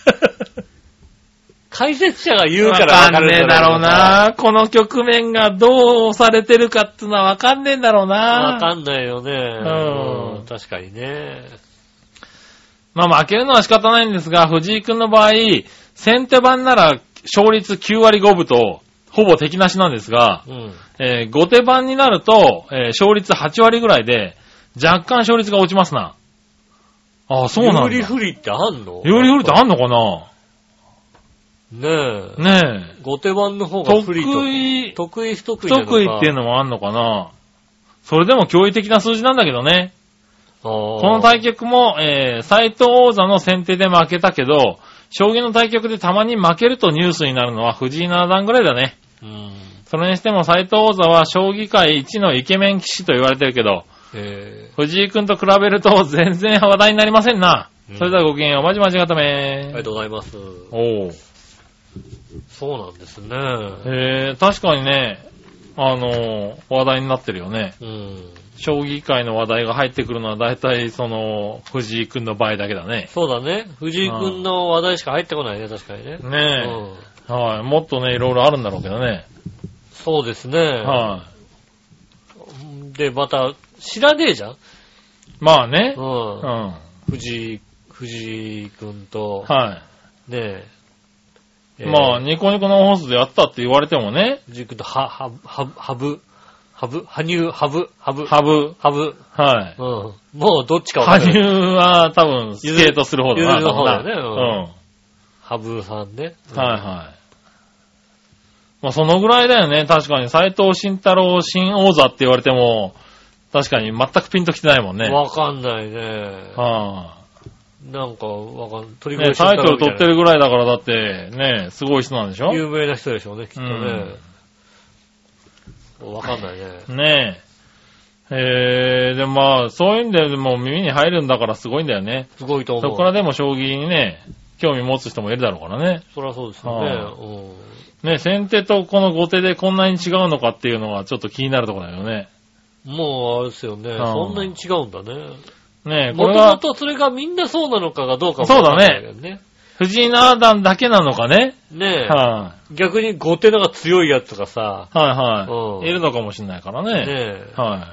解説者が言うからわかんねえだろうな。この局面がどうされてるかってのはわかんねえんだろうな。 わかんないよね。うん。確かにね。 まあ負けるのは仕方ないんですが、藤井君の場合、先手番なら勝率9割5分と、ほぼ敵なしなんですが、後手番になると、勝率8割ぐらいで、若干勝率が落ちますな。ああ、そうなんだ。 有利不利ってあんの？ 有利不利ってあんのかな？ ねえ。ねえ。後手番の方が不利と。得意不得意なのか。 得意っていうのもあんのかな？それでも驚異的な数字なんだけどね。この対局も、斉藤王座の先手で負けたけど、将棋の対局でたまに負けるとニュースになるのは藤井七段ぐらいだね。それにしても斉藤王座は将棋界一のイケメン棋士と言われてるけど、藤井くんと比べると全然話題になりませんな。それではごきげんよう、まじまじがため。 ありがとうございます。 おー。 そうなんですね。 確かにね、話題になってるよね。将棋界の話題が入ってくるのは大体藤井くんの場合だけだね。 そうだね。藤井くんの話題しか入ってこないね、確かにね。 ねえ。はい。もっとね、いろいろあるんだろうけどね。 そうですね。はい。で、また、知らねえじゃん？ まあね。 藤井くんと、 はい。 ねえ。まあ、ニコニコの放送でやったって言われてもね。 藤井くんと、羽生。 はい。 もうどっちか分かんない。 羽生は多分スケートする方だな。 ゆずの方だよね。羽生さんね。 はいはい。まあそのぐらいだよね。確かに斉藤慎太郎新王座って言われても、確かに全くピンときてないもんね。 わかんないね。 はあ。なんか鳥越タイトル取ってるぐらいだからだってね、すごい人なんでしょ？ 有名な人でしょうね、きっとね。わかんないね。 ねえ。でもまあ、そういうんでも耳に入るんだからすごいんだよね。 すごいと思う。 そこからでも将棋にね、興味持つ人もいるだろうからね。 そりゃそうですよね。 ね、先手とこの後手でこんなに違うのかっていうのがちょっと気になるところだよね。 もう、あれですよね。そんなに違うんだね。 ねえ、 もともとそれがみんなそうなのかがどうかもわからないけどね。そうだね。藤井七段だけなのかね。 ねえ。逆に後手のが強いやつとかさ。 はい。いるのかもしれないからね。 ねえ。 はい。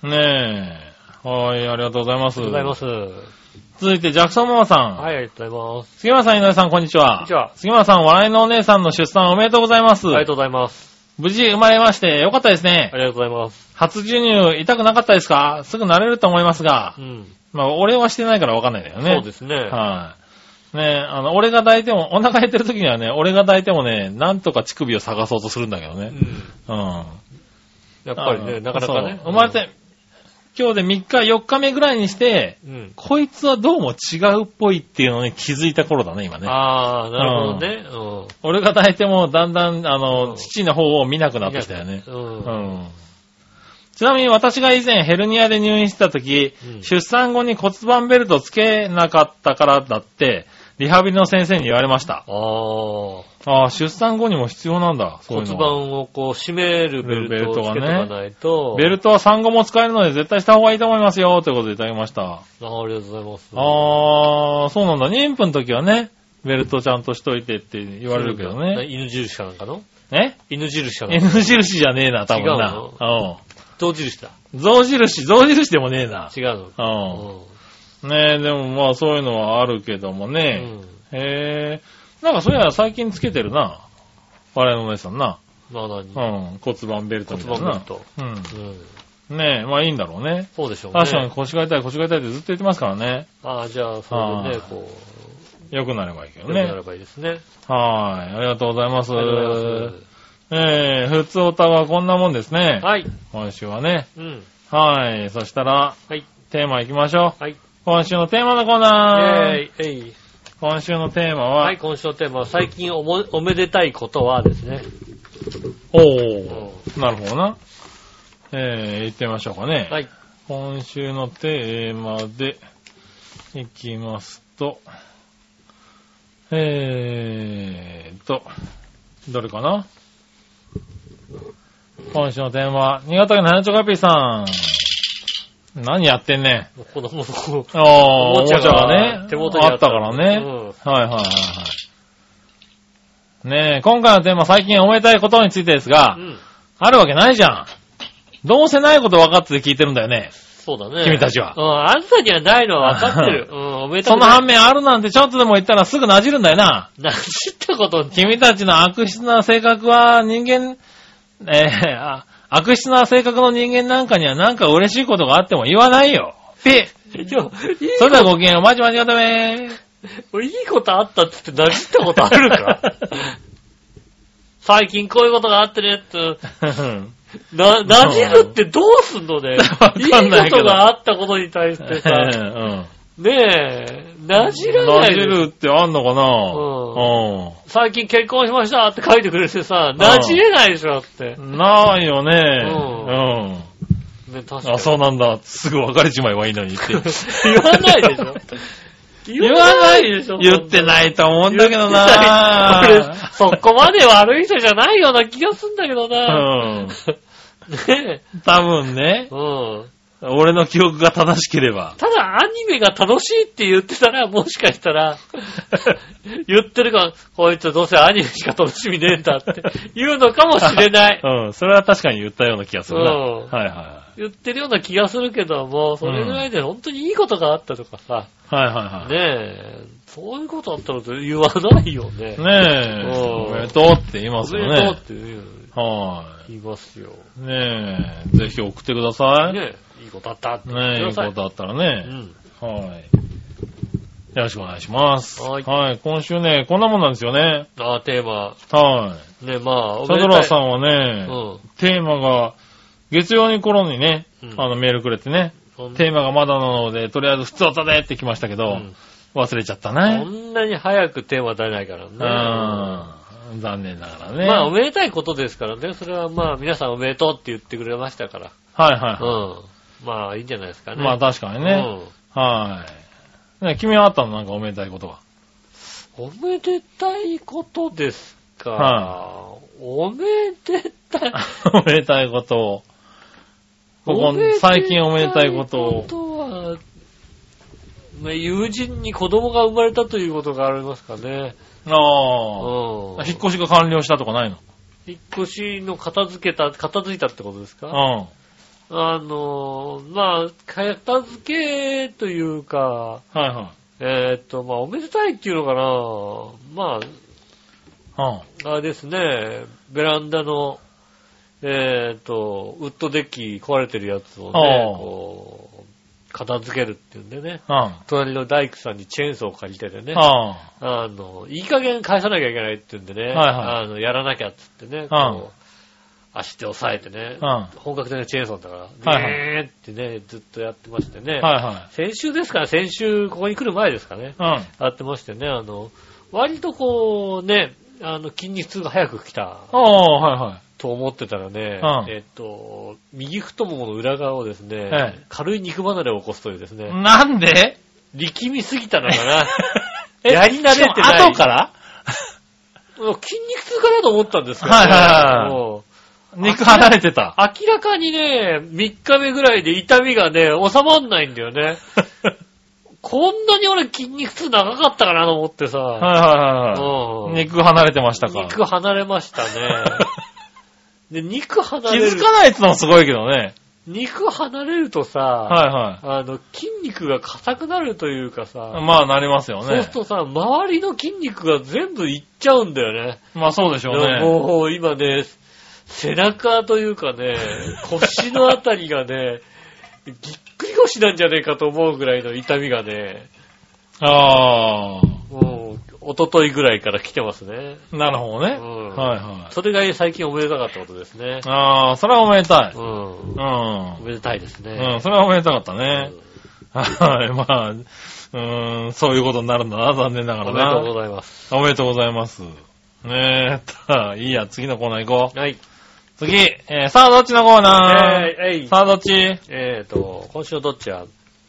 ねえ。はい、ありがとうございます。 ありがとうございます。 続いて、ジャクソンママさん。 はい、ありがとうございます。 杉村さん、井上さん、こんにちは。 こんにちは。 杉村さん、笑いのお姉さんの出産おめでとうございます。 ありがとうございます。 無事生まれまして、よかったですね。 ありがとうございます。 初授乳、痛くなかったですか？すぐ慣れると思いますが。まあ、俺はしてないからわかんないんだよね。 そうですね。 はい。ね俺が抱いても、お腹減ってる時にはね、俺が抱いてもね、なんとか乳首を探そうとするんだけどね。 やっぱりね、なかなかね。 生まれて、今日で3日、4日目ぐらいにして、こいつはどうも違うっぽいっていうのに気づいた頃だね、今ね。 ああ、なるほどね。 俺が抱いても、だんだん、父の方を見なくなってきたよね。ちなみに私が以前ヘルニアで入院してた時、出産後に骨盤ベルトつけなかったからだって、リハビリの先生に言われました。出産後にも必要なんだ。 骨盤をこう締めるベルトをつけとかないと。 ベルトは産後も使えるので絶対した方がいいと思いますよ、ということでいただきました。 ありがとうございます。 そうなんだ。妊婦の時はね、ベルトちゃんとしといてって言われるけどね。 犬印かなんかの？ 犬印かなんかの？ 犬印じゃねえな、多分な。 違うの？象印だ。 象印でもねえな。 違うの。 ねえ、でもまあそういうのはあるけどもね。なんかそういや最近つけてるな。我々のお姉さんな。 骨盤ベルトみたいな。 骨盤ベルト。 ねえ、まあいいんだろうね。 そうでしょうね。 確かに腰が痛いってずっと言ってますからね。 じゃあ、それでね、こう。良くなればいいけどね。 良くなればいいですね。 はい。ありがとうございます。 ありがとうございます。 普通おたはこんなもんですね。 はい。 今週はね。はい。そしたら、テーマ行きましょう。はい。今週のテーマのコーナー。今週のテーマは、 はい、今週のテーマは、最近おめでたいことはですね。 なるほどな。行ってみましょうかね。 はい。 今週のテーマで、 いきますと、どれかな？今週のテーマ、新潟県の花ちょかぴーさん。何やってんねん。 子供のおもちゃがね、 手元にあったからね。はいはいはいはい。ねえ、今回のテーマ、最近おめでたいことについてですが、あるわけないじゃん。どうせないこと分かってて聞いてるんだよね。 そうだね。 君たちは。 あんたにはないのは分かってる。おめでたい。 その反面あるなんてちょっとでも言ったらすぐ馴染るんだよな。 馴染ったこと君たちの悪質な性格は人間、悪質な性格の人間なんかにはなんか嬉しいことがあっても言わないよ。ピッそれではごきげんよう、まちまちがためー。いいことあったって言って馴染ったことあるか最近こういうことがあってねって。馴染るってどうすんのね。いいことがあったことに対してさ。ねえ、馴染らない。 馴染るってあんのかな？ 最近結婚しましたって書いてくれてさ、馴染れないでしょって。 ないよね。 ね、確かに。 あ、そうなんだ。すぐ別れちまえばいいのにって。 言わないでしょ言わないでしょ言ってないと思うんだけどな俺、そこまで悪い人じゃないような気がすんだけどなねえ。多分ね。俺の記憶が正しければ。 ただアニメが楽しいって言ってたら、もしかしたら、言ってるか、こいつどうせアニメしか楽しみねえんだって言うのかもしれない。 それは確かに言ったような気がするな。はいはい。 言ってるような気がするけども、それぐらいで本当にいいことがあったとかさ。 はいはいはい。 ねえ、そういうことあったら言わないよね。 ねえ、おめでとうって言いますよね。 おめでとうって言う。言いますよ。 ねえ、ぜひ送ってください。 ねえ、いいことあったって言ってください。ねえ、いいことあったらね。はい。よろしくお願いします。はい。今週ね、こんなもんなんですよね。 テーマ。 はい。 ね、まあ、 サドラーさんはね、テーマが、月曜に頃にね、メールくれてね、テーマがまだなので、とりあえず普通歌でってきましたけど、忘れちゃったね。 こんなに早くテーマ出ないからね。残念ながらね。 まあ、おめでたいことですからね。それはまあ、皆さんおめでとうって言ってくれましたから。 はいはい。 まあ、いいんじゃないですかね。 まあ、確かにね。はい。ね、君はあったのなんかおめでたいことは。 おめでたいことですか。おめでたい。 おめでたいことを。最近おめでたいことを。 友人に子供が生まれたということがありますかね。 引っ越しが完了したとかないの？ 引っ越しの片付いたってことですか？まあ、片付けというか、 はいはい。 まあ、おめでたいっていうのかな。まあ、あれですね、ベランダの、ウッドデッキ壊れてるやつをね、こう、片付けるっていうんでね、隣の大工さんにチェーンソーを借りててね、いい加減返さなきゃいけないっていうんでね、やらなきゃって言ってね、こう、足で押さえてね、本格的なチェーンソーだから、ってね、ずっとやってましてね、先週ですから、先週ここに来る前ですかね、やってましてね、割とこうね、筋肉痛が早く来た。と思ってたらね、右太ももの裏側をですね、軽い肉離れを起こすというですね。 なんで？ 力みすぎたのかな。やり慣れてない。 後から筋肉痛かなと思ったんですけどね。肉離れてた。 明らかにね、3日目ぐらいで痛みがね、収まんないんだよね。こんなに俺筋肉痛長かったかなと思ってさ。 肉離れてましたか？ 肉離れましたね。で、肉離れる。 気づかないってのもすごいけどね。 肉離れるとさ、筋肉が硬くなるというかさ。 まあなりますよね。 そうするとさ、周りの筋肉が全部いっちゃうんだよね。 まあそうでしょうね。 もう今ね、背中というかね、腰のあたりがね、ぎっくり腰なんじゃねえかと思うぐらいの痛みがね。もう、一昨日ぐらいから来てますね。 なるほどね。 それが最近おめでたかったことですね。 それはおめでたい。 おめでたいですね。 それはおめでたかったね。まあ、そういうことになるんだな、残念ながらな。 おめでとうございます。 おめでとうございます。ねえ、いいや、次のコーナー行こう。 はい。 次、さあどっちのコーナーさあどっち今週のどっちは、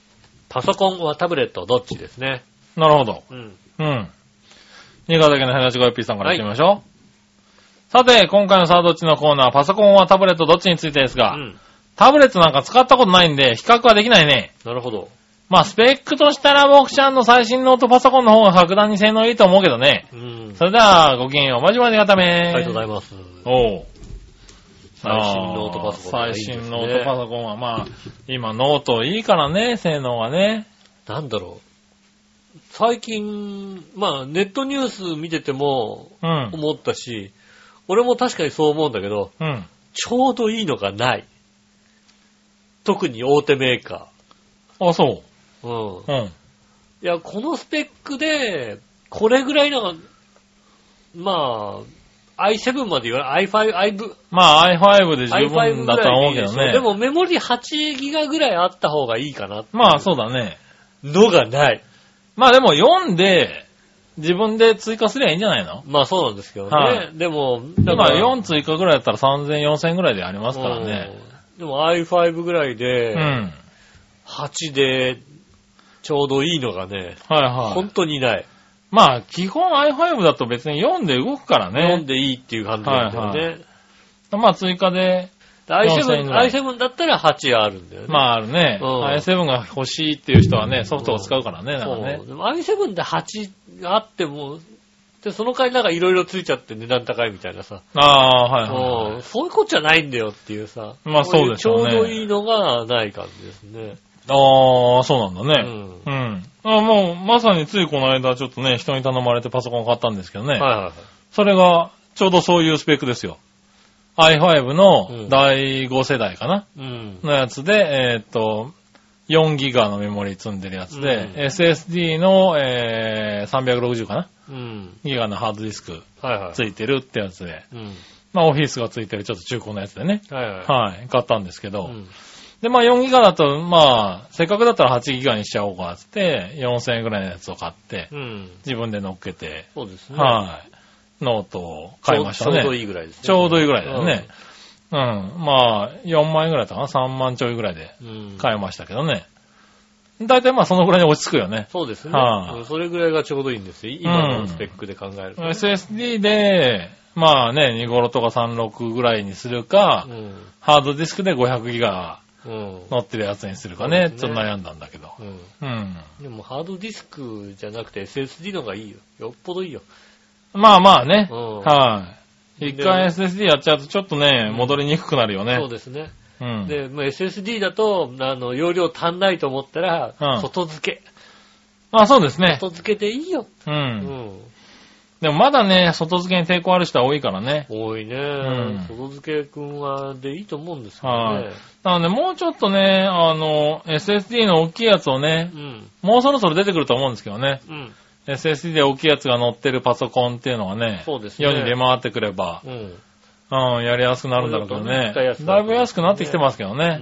パソコンはタブレットどっちですね。 なるほど。 うん。 うん。新潟県の話ごよっぴーさんから行ってみましょう。はい、さて、今回のさあどっちのコーナー、パソコンはタブレットどっちについてですが、タブレットなんか使ったことないんで、比較はできないね。 なるほど。 まあ、スペックとしたら、僕ちゃんの最新ノートパソコンの方が格段に性能いいと思うけどね。それでは、ごきげんよう。まじまじがため。 ありがとうございます。 おう。 最新ノートパソコン、 最新ノートパソコンは、まあ、今ノートいいからね、性能はね。 なんだろう。最近、まあ、ネットニュース見てても、思ったし、俺も確かにそう思うんだけど、ちょうどいいのがない。特に大手メーカー。あ、そう。 いや、このスペックで、これぐらいの、まあ、i7 まで言わない、i5、 まあ i5 で十分だと思うけどね。 でもメモリ8ギガぐらいあった方がいいかな。 まあそうだね。 のがない。 まあでも読んで、自分で追加すりゃいいんじゃないの？ まあそうなんですけどね。でも、 だから4追加ぐらいだったら3000、4000ぐらいでありますからね。 でも i5 ぐらいで、8でちょうどいいのがね、本当にない。 まあ基本 i5 だと別に4で動くからね。 4でいいっていう感じなんだよね。 まあ追加で、 i7 だったら8あるんだよね。 まああるね。i7 が欲しいっていう人はね、ソフトを使うからね。なんかね。 でも i7 で8あっても、で、その代わりなんかいろいろついちゃって値段高いみたいなさ。そういうことじゃないんだよっていうさ。 まあそうですよね。 ちょうどいいのがない感じですね。 ああ、そうなんだね。もう、まさについこの間ちょっとね、人に頼まれてパソコン買ったんですけどね。それが、ちょうどそういうスペックですよ。i5 の第5世代かな、のやつで、4ギガのメモリ積んでるやつで、SSD の、360かな、ギガのハードディスクついてるってやつで、まあオフィスがついてるちょっと中古のやつでね、買ったんですけど、で、まあ4ギガだと、まあ、せっかくだったら8ギガにしちゃおうかって、4000円ぐらいのやつを買って、自分で乗っけて、ノートを買いましたね。 ちょうどいいぐらいですね。 ちょうどいいぐらいだよね。まあ、4万円ぐらいだったかな ?3 万ちょいぐらいで買いましたけどね。だいたいまあそのぐらいに落ち着くよね。 そうですね。それぐらいがちょうどいいんですよ。今のスペックで考えると。 SSD で、まあね、2頃とか36ぐらいにするか、ハードディスクで500ギガ乗ってるやつにするかね。ちょっと悩んだんだけど。 でもハードディスクじゃなくて SSD の方がいいよ。よっぽどいいよ。 まあまあね。一回 SSD やっちゃうとちょっとね、戻りにくくなるよね。 そうですね。で、SSD だと、容量足んないと思ったら、外付け。 そうですね。 外付けでいいよ。 でもまだね、外付けに抵抗ある人は多いからね。 多いね。外付けくんはでいいと思うんですけどね。 なのでもうちょっとね、SSD の大きいやつをね、もうそろそろ出てくると思うんですけどね。SSD で大きいやつが乗ってるパソコンっていうのがね、世に出回ってくれば、やりやすくなるんだろうけどね。だいぶ安くなってきてますけどね。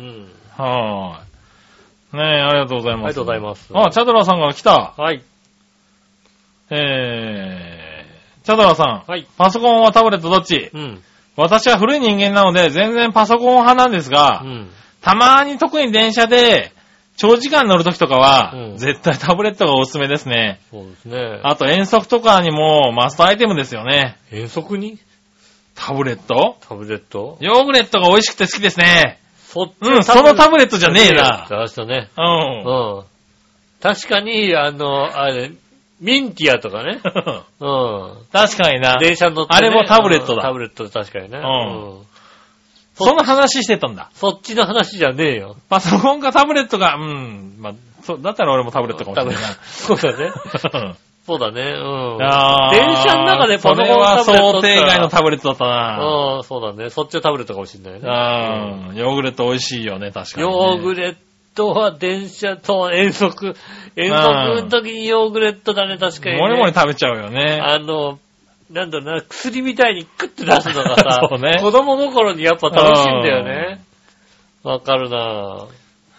ねえ、ありがとうございます。 ありがとうございます。 チャドラさんから来た。チャドラさん。パソコンはタブレットどっち？私は古い人間なので全然パソコン派なんですが、たまに特に電車で長時間乗るときとかは、絶対タブレットがおすすめですね。 そうですね。 あと遠足とかにもマストアイテムですよね。 遠足にタブレット？ タブレット？ ヨーグレットが美味しくて好きですね。 そのタブレットじゃねえな。 そうね。確かに、ミンティアとかね。 確かにな。 電車乗って、 あれもタブレットだ。 タブレット確かにね。 その話してたんだ。 そっちの話じゃねえよ。 パソコンかタブレットが、まあ、だったら俺もタブレットかもしれないな。 そうだね。そうだね。電車の中でパソコンタブレット。それは想定外のタブレットだったな。 そうだね。そっちのタブレットかもしれないね。 ヨーグレット美味しいよね、確かに、 ヨーグレットは電車と遠足の時にヨーグレットだね、確かに、ね。 もりもり食べちゃうよね。 なんだろうな、薬みたいにクッて出すのがさ、 そうね、 子供心にやっぱ楽しいんだよね。わかるなぁ。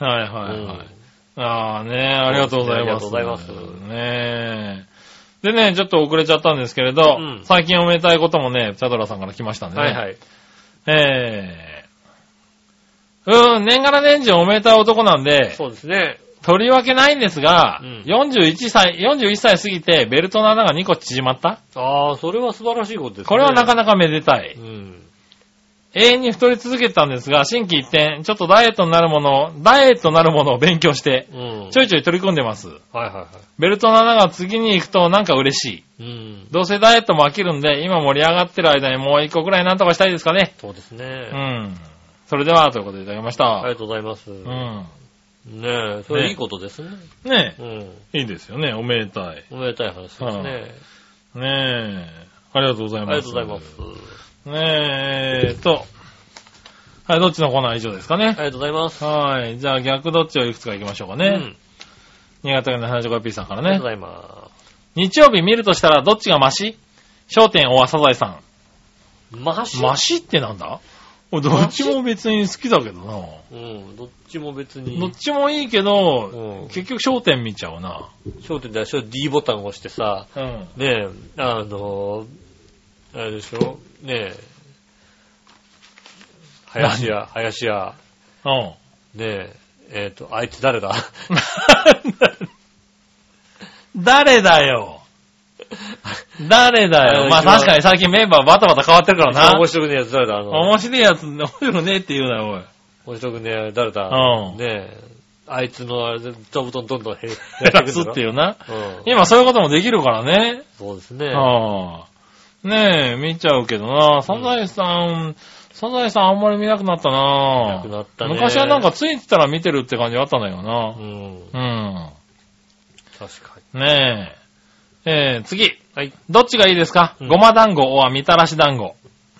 ねありがとうございます。ありがとうございます。ねでね、ちょっと遅れちゃったんですけれど、最近おめでたいこともね、チャドラさんから来ましたんでね。年がら年中おめでたい男なんで、 そうですね。 とりわけないんですが、41歳過ぎてベルトの穴が2個縮まった？ ああ、それは素晴らしいことですね。 これはなかなかめでたい。永遠に太り続けてたんですが、心機一転、ちょっとダイエットになるものを勉強して、ちょいちょい取り組んでます。ベルトの穴が次に行くとなんか嬉しい。どうせダイエットも飽きるんで、今盛り上がってる間にもう1個くらいなんとかしたいですかね。 そうですね。 それでは、ということでいただきました。 ありがとうございます。ねえ、それいいことですね。 ねえ。いいですよね。おめでたい。 おめでたい話ですね。 ねえ。ありがとうございます。 ありがとうございます。 はい、どっちのコーナー以上ですかね。 ありがとうございます。 はい。じゃあ逆どっちをいくつか行きましょうかね。新潟県の花女 P さんからね。 ありがとうございます。 日曜日見るとしたらどっちがマシ？笑点大サザエさん。マシってなんだ？どっちも別に好きだけどな。 どっちも別に。 どっちもいいけど、結局笑点見ちゃうな。 笑点では D ボタンを押してさ、ねえ、あれでしょねえ、林家。ねえ、あいつ誰だ誰だよ。まあ確かに最近メンバーバタバタ変わってるからな。 面白くねえやつ誰だ面白いやつ、面白くねえって言うなよ、おい。 面白くねえ誰だねえ、あいつのあれで座布団どんどん減らすっていうな。今そういうこともできるからね。 そうですね。 ねえ、見ちゃうけどな。サザエさんあんまり見なくなったな。 見なくなったね。 昔はなんかついてたら見てるって感じあったんだよな。 確かに。ねえ。次。 はい。 どっちがいいですか？ごま団子はみたらし団子。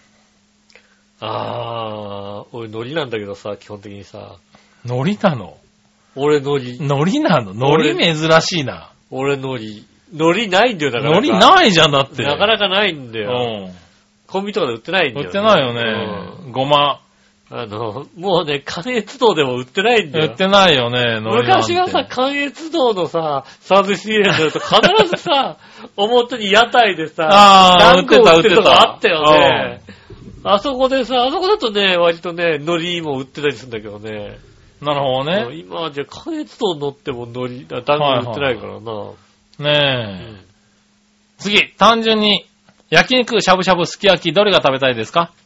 俺海苔なんだけどさ、基本的にさ。 海苔なの？ 俺海苔。 海苔なの？海苔珍しいな。 俺海苔。海苔ないんだよ、だから。 海苔ないじゃんだって。 なかなかないんだよ。コンビニとかで売ってないんだよ。 売ってないよね。ごま。 もうね、関越道でも売ってないんだよ。 売ってないよね、 昔はさ、関越道のさ、サービスエリアになると必ずさ、表に屋台でさ、団子売ってるとかあったよね。あそこでさ、あそこだとね、割とね、海苔も売ってたりするんだけどね。 なるほどね。 今じゃ関越道乗っても海苔、団子売ってないからな。 ねえ。次、単純に、焼肉、しゃぶしゃぶ、すき焼き、どれが食べたいですか？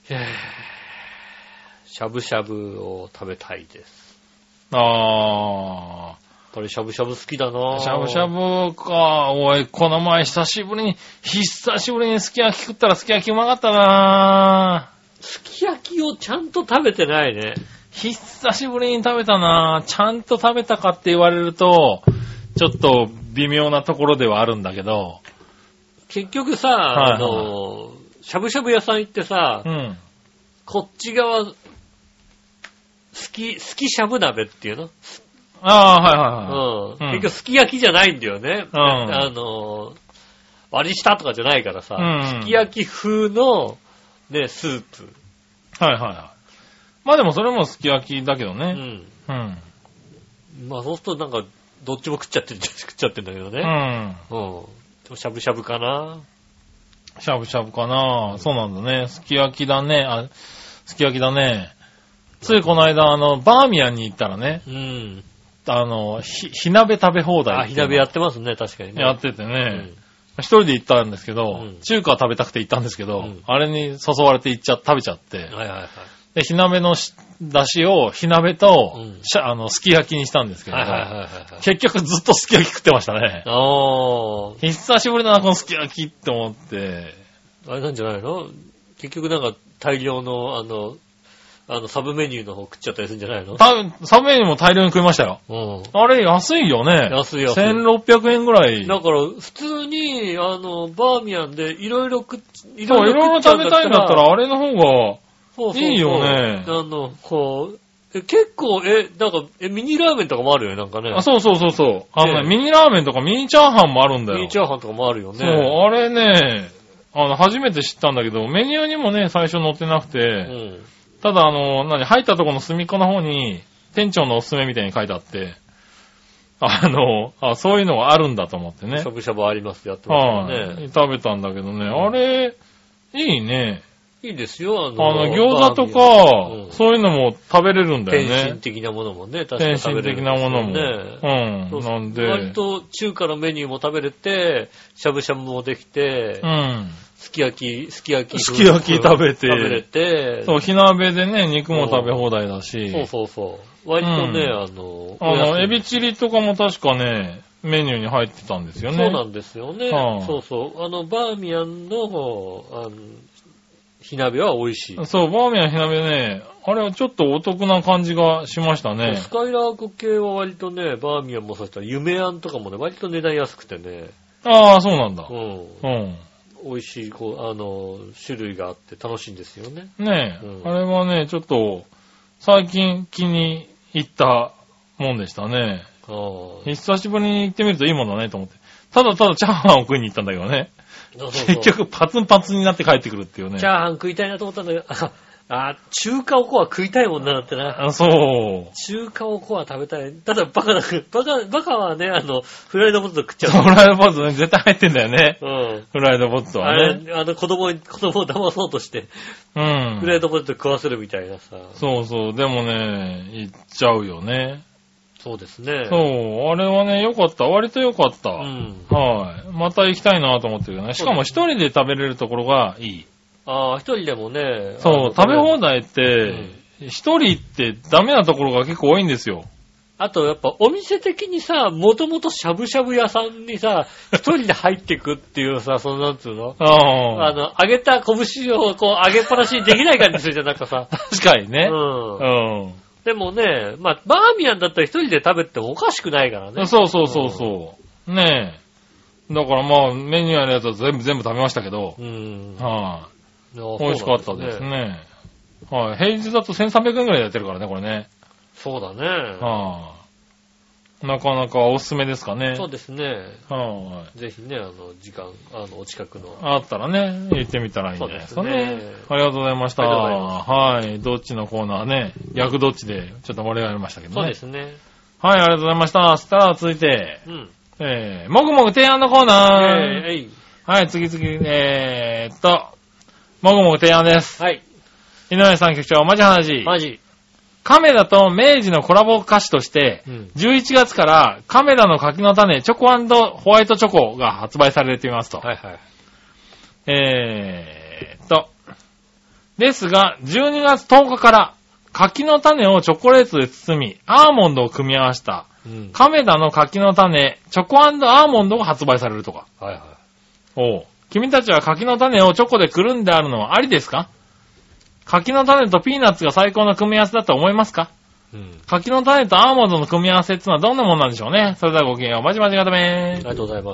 しゃぶしゃぶを食べたいです。やっぱりしゃぶしゃぶ好きだな。 しゃぶしゃぶか。おい、この前久しぶりにすき焼き食ったらすき焼きうまかったな。 すき焼きをちゃんと食べてないね。 久しぶりに食べたな。ちゃんと食べたかって言われると、ちょっと微妙なところではあるんだけど。 結局さ、しゃぶしゃぶ屋さん行ってさ、こっち側、すきしゃぶ鍋っていうの？結局すき焼きじゃないんだよね。割り下とかじゃないからさ、すき焼き風の、ね、スープ。 まあでもそれもすき焼きだけどね。 まあそうするとなんか、どっちも食っちゃってんだけどね。しゃぶしゃぶかな。 しゃぶしゃぶかな。そうなんだね。すき焼きだね。すき焼きだね。ついこの間、バーミヤンに行ったらね。火鍋食べ放題。 火鍋やってますね、確かにね。 やっててね。一人で行ったんですけど、中華食べたくて行ったんですけど、あれに誘われて食べちゃって。で、火鍋の出汁を火鍋と、すき焼きにしたんですけど、結局ずっとすき焼き食ってましたね。久しぶりだな、このすき焼きって思って。 あれなんじゃないの？結局なんか大量のサブメニューの方食っちゃったりするんじゃないの？ サブメニューも大量に食いましたよ。あれ安いよね。 安い。 1600円ぐらい。 だから、普通に、バーミヤンでいろいろ食べたいんだったら、あれの方が、いいよね。 結構、なんか、ミニラーメンとかもあるよね、なんかね。 そう。ミニラーメンとかミニチャーハンもあるんだよ。 ミニチャーハンとかもあるよね。 そう、あれね、初めて知ったんだけど、メニューにもね、最初載ってなくて、ただ入ったとこの隅っこの方に、店長のおすすめみたいに書いてあって、そういうのがあるんだと思ってね。 しゃぶしゃぶありますやってますよね。 食べたんだけどね、あれ、いいね。 いいですよ、 餃子とか、そういうのも食べれるんだよね。 天津的なものもね、確かに食べれるんですよね。天津的なものも。なんで。割と中華のメニューも食べれて、しゃぶしゃぶもできて、すき焼き食べれて。 そう、火鍋でね、肉も食べ放題だし。 そう。割とね、 エビチリとかも確かね、メニューに入ってたんですよね。 そうなんですよね。そう。バーミヤンの、火鍋は美味しい。 そう、バーミヤン火鍋ね、あれはちょっとお得な感じがしましたね。 スカイラーク系は割とね、バーミヤンもそうしたら、夢あんとかもね、割と値段安くてね。 ああ、そうなんだ。 美味しい、種類があって楽しいんですよね。 ねえ、あれはね、ちょっと、最近気に入ったもんでしたね。久しぶりに行ってみるといいもんだねと思って。ただチャーハンを食いに行ったんだけどね。結局パツンパツンになって帰ってくるっていうね。 チャーハン食いたいなと思ったんだけど、中華おこわ食いたいもんなってな。 そう。 中華おこわ食べたい。ただバカはね、フライドポテト食っちゃう。 フライドポテトね、絶対入ってんだよね。フライドポテトはね。 子供を騙そうとして。フライドポテト食わせるみたいなさ。 そう。でもね、行っちゃうよね。 そうですね。 そう、あれはね、良かった。割と良かった。はい。また行きたいなと思ってるよね。しかも一人で食べれるところがいい。 一人でもね。 そう、食べ放題って、一人ってダメなところが結構多いんですよ。 あとやっぱお店的にさ、もともとしゃぶしゃぶ屋さんにさ、一人で入ってくっていうさ、なんつうの揚げた拳を揚げっぱなしにできない感じするじゃん、なんかさ。 確かにね。 でもね、バーミヤンだったら一人で食べてもおかしくないからね。 そう。ねえ。だからメニューのやつは全部食べましたけど。美味しかったですね。はい。平日だと1300円くらいでやってるからね、これね。 そうだね。 なかなかおすすめですかね。 そうですね。ぜひね、時間、お近くの。 あったらね、行ってみたらいいんじゃないですかね。ありがとうございました。はい。どっちのコーナーね、逆どっちでちょっと盛り上がりましたけどね。 そうですね。 はい、ありがとうございました。そしたら続いて、もぐもぐ提案のコーナー。はい、次、もぐもぐ提案です。はい。井上さん局長、マジ話。マジ。カメラと明治のコラボ菓子として、11月からカメラの柿の種、チョコ&ホワイトチョコが発売されていますと。はいはい。ですが、12月10日から柿の種をチョコレートで包み、アーモンドを組み合わせた、カメラの柿の種、チョコ&アーモンドが発売されるとか。はいはい。君たちは柿の種をチョコでくるんであるのはありですか？柿の種とピーナッツが最高の組み合わせだと思いますか？柿の種とアーモンドの組み合わせってのはどんなものなんでしょうね。それではごきげんよう。まじまじがため。 ありがとうございます。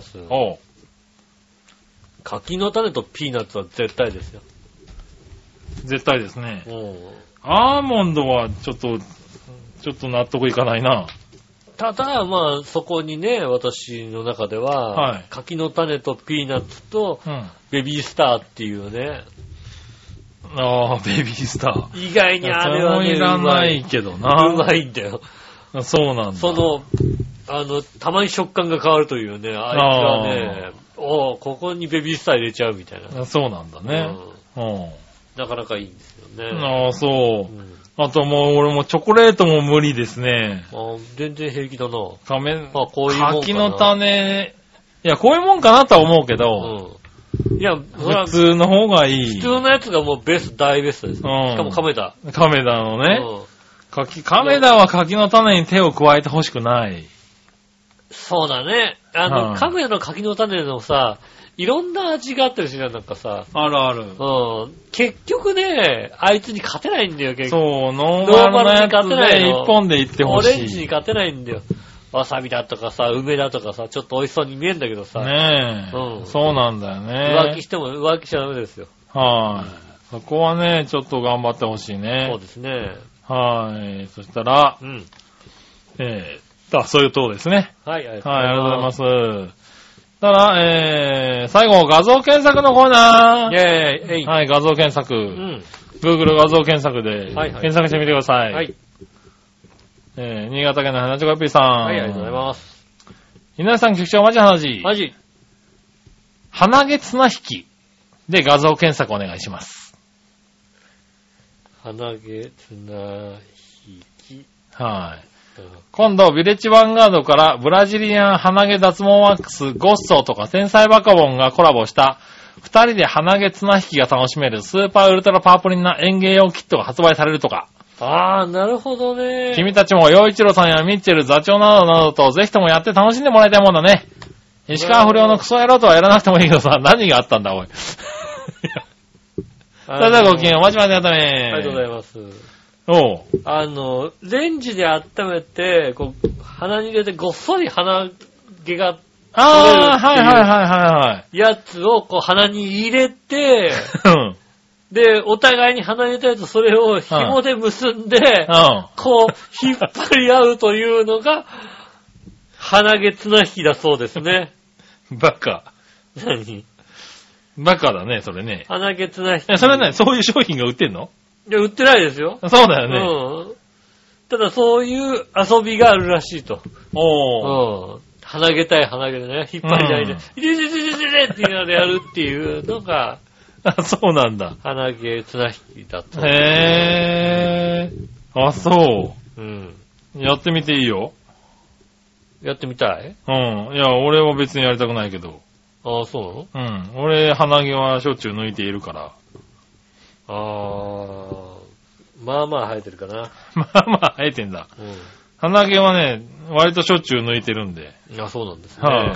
柿の種とピーナッツは絶対ですよ。 絶対ですね。アーモンドはちょっと納得いかないな。 ただ、そこにね、私の中では、柿の種とピーナッツと、ベビースターっていうね。 ベビースター。 意外にあれはね、 いらないけどな。 うまいんだよ。 そうなんだ。たまに食感が変わるというね、あいつはね、ここにベビースター入れちゃうみたいな。 そうなんだね。 なかなかいいんですよね。 そう。あと俺もチョコレートも無理ですね。 全然平気だな。こういうもんかな。柿の種、いや、こういうもんかなとは思うけど、いや、普通の方がいい。 普通のやつがもう大ベストです。しかもカメダ。 カメダのね。カメダは柿の種に手を加えてほしくない。 そうだね。カメダの柿の種のさ、いろんな味があったりするじゃん、なんかさ。 あるある。 結局ね、あいつに勝てないんだよ、結局。 そう、ノーマルに勝てないの。一本でいってほしい。 オレンジに勝てないんだよ。わさびだとかさ、梅だとかさ、ちょっと美味しそうに見えるんだけどさ。 ねえ。そうなんだよね。 浮気しちゃダメですよ。 そこはね、ちょっと頑張ってほしいね。 そうですね。 そしたら、そういうとこですね。 はい、ありがとうございます。ただ、最後、画像検索のコーナー。はい、画像検索。Google 画像検索で、検索してみてください。はい。新潟県の花ちょこよっぴーさん。 はい、ありがとうございます。 皆さん、局長、マジ話。 マジ。 鼻毛綱引きで画像検索お願いします。 鼻毛綱引き。 はい。今度、ヴィレッジヴァンガードからブラジリアン鼻毛脱毛ワックスゴッソーとか天才バカボンがコラボした二人で鼻毛綱引きが楽しめるスーパーウルトラパープリンな園芸用キットが発売されるとか。 あー、なるほどね。 君たちも陽一郎さんやミッチェル、座長などなどとぜひともやって楽しんでもらいたいもんだね。石川不良のクソ野郎とはやらなくてもいいけどさ、何があったんだおい。それではごきげんお待ちまでやったね。 ありがとうございます。 おう。 レンジで温めて、こう、鼻に入れてごっそり鼻毛が取れるっていう。 はいはいはいはい。 やつをこう鼻に入れて、で、お互いに鼻に入れたやつ、それを紐で結んで、こう、引っ張り合うというのが、鼻毛綱引きだそうですね。 バカ。 何？ バカだね、それね。 鼻毛綱引き。 それはね、そういう商品が売ってんの？ いや、売ってないですよ。 そうだよね。 ただ、そういう遊びがあるらしいと。鼻毛対鼻毛でね、引っ張り合いで、いれっていうのでやるっていうのが、 そうなんだ。 鼻毛綱引きだと。 へー。あ、そう。 うん。 やってみていいよ。 やってみたい？ うん。いや、俺は別にやりたくないけど。 ああ、そうなの？うん。俺、鼻毛はしょっちゅう抜いているから。 ああ、まあまあ生えてるかな。 まあまあ生えてんだ。うん。鼻毛はね、割としょっちゅう抜いてるんで。 あ、そうなんですね。 はい。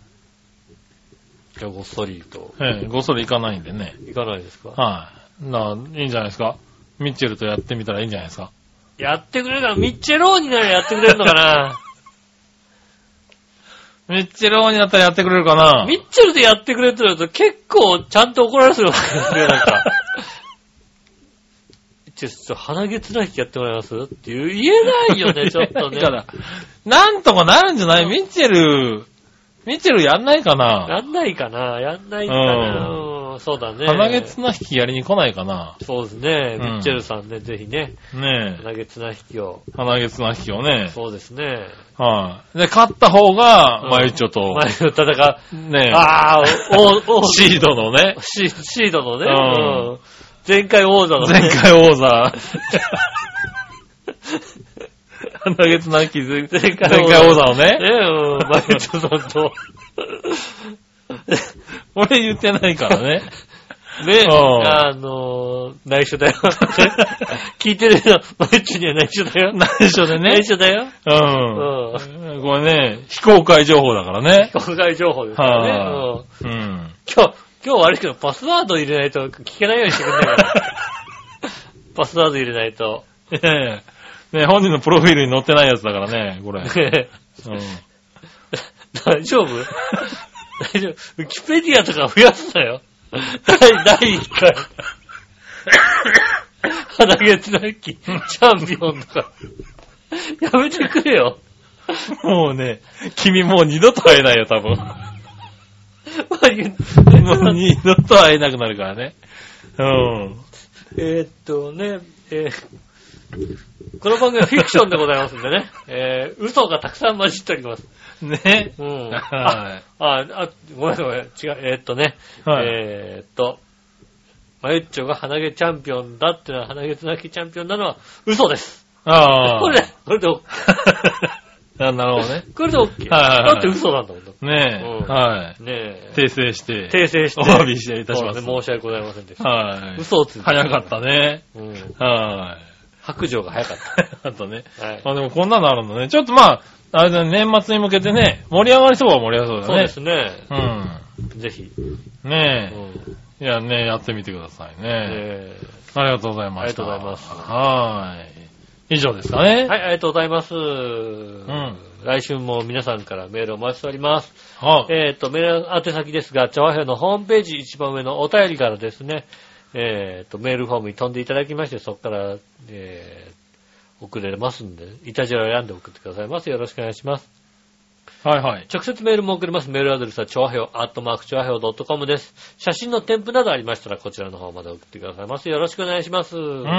じゃあごっそりと。 ごっそりいかないんでね。 いかないですか？ はい。いいんじゃないですか？ミッチェルとやってみたらいいんじゃないですか？ やってくれるかな？ミッチェローにならやってくれるのかな？ ミッチェローになったらやってくれるかな？ ミッチェルでやってくれって言うと結構ちゃんと怒られそうですね、なんか。ちょっと鼻毛綱引きやってもらいますって言えないよね、ちょっとね。 なんとかなるんじゃない？ミッチェルやんないかな？ やんないかな？やんないかな？そうだね。 鼻毛綱引きやりに来ないかな？ そうですね。ミッチェルさんね、ぜひね。 ねえ。 鼻毛綱引きを。 鼻毛綱引きをね。 そうですね。 はい。で、勝った方が、マユッチョと。 マユッチョ戦う。ねえ。 ああ、 シードのね。 シードのね。前回王座のね。 前回王座。鼻毛綱引き、前回王座のね。 マユッチョさんと。 俺言ってないからね。 ね、内緒だよ。聞いてるよ。マユッチョには内緒だよ。 内緒でね。 内緒だよ。 これね、非公開情報だからね。 非公開情報ですからね。今日悪いけど、パスワード入れないと聞けないようにしてくれないから。パスワード入れないと。 ね、本人のプロフィールに載ってないやつだからね、これ。 大丈夫？大丈夫。ウィキペディアとか増やすなよ。第1回。鼻毛綱引き、チャンピオンとか。やめてくれよ。 もうね、君もう二度と会えないよ、多分。もう二度と会えなくなるからね。 この番組はフィクションでございますんでね。嘘がたくさん混じっております。 ね。 ごめんごめん。違う。マユッチョが鼻毛チャンピオンだってのは、鼻毛綱引きチャンピオンなのは嘘です。これで OK。 なるほどね。 これで OK。だって嘘なんだもん。 ねえ。はい。 ねえ。 訂正して。 お詫びしていたします。 申し訳ございませんでした。 はい。 嘘をついて。 早かったね。はい。 白状が早かった。 あとね。 はい。 でもこんなのあるんだね。ちょっとあれだね、年末に向けてね、盛り上がりそうは盛り上がりそうだね。 そうですね。ぜひ。 ねえ。いやね、やってみてくださいね。ありがとうございました。 ありがとうございます。 はい。以上ですかね。 はい、ありがとうございます。来週も皆さんからメールをお待ちしております。メール宛先ですが、チョアヘオのホームページ一番上のお便りからですね、メールフォームに飛んでいただきまして、そこから、送れますんで、イタジラを選んで送ってくださいます。よろしくお願いします。 はいはい。 直接メールも送れます。メールアドレスは、チョアヘオ、@chioaheo.com です。写真の添付などありましたら、こちらの方まで送ってくださいます。よろしくお願いします。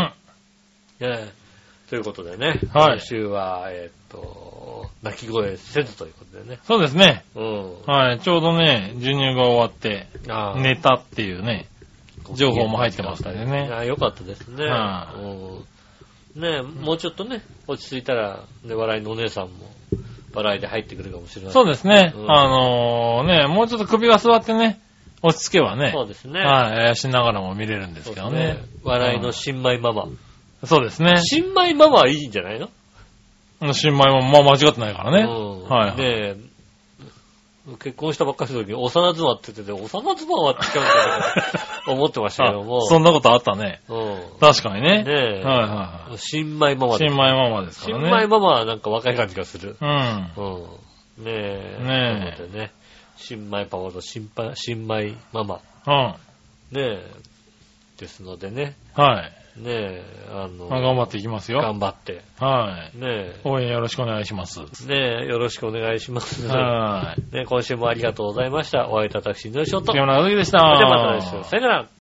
ということでね、今週は、鳴き声せずということでね。 そうですね。 はい、 ちょうどね、授乳が終わって、寝たっていうね。 情報も入ってますからね。 よかったですね。ね、もうちょっとね、落ち着いたら、ね、笑いのお姉さんも、笑いで入ってくるかもしれない。 そうですね。ね、もうちょっと首が座ってね、落ち着けばね。 そうですね。 はい、しながらも見れるんですけどね。 笑いの新米ママ。 そうですね。 新米ママはいいんじゃないの？ 新米ママ、間違ってないからね。 はい。ね結婚したばっかりの時に幼妻って言ってて、幼妻は違うんじゃないかと思ってましたけども。 そんなことあったね。確かにね。 ねはい。新米ママです。新米ママですからね。 新米ママはなんか若い感じがする。ねね新米パパと新米ママ。ですのでね。 はい。 頑張っていきますよ。 頑張って。 はい。応援よろしくお願いします。 よろしくお願いします。 はい。 今週もありがとうございました。お会いいたたくしのショット。 木村和樹でした。 ではまた来週。さよなら。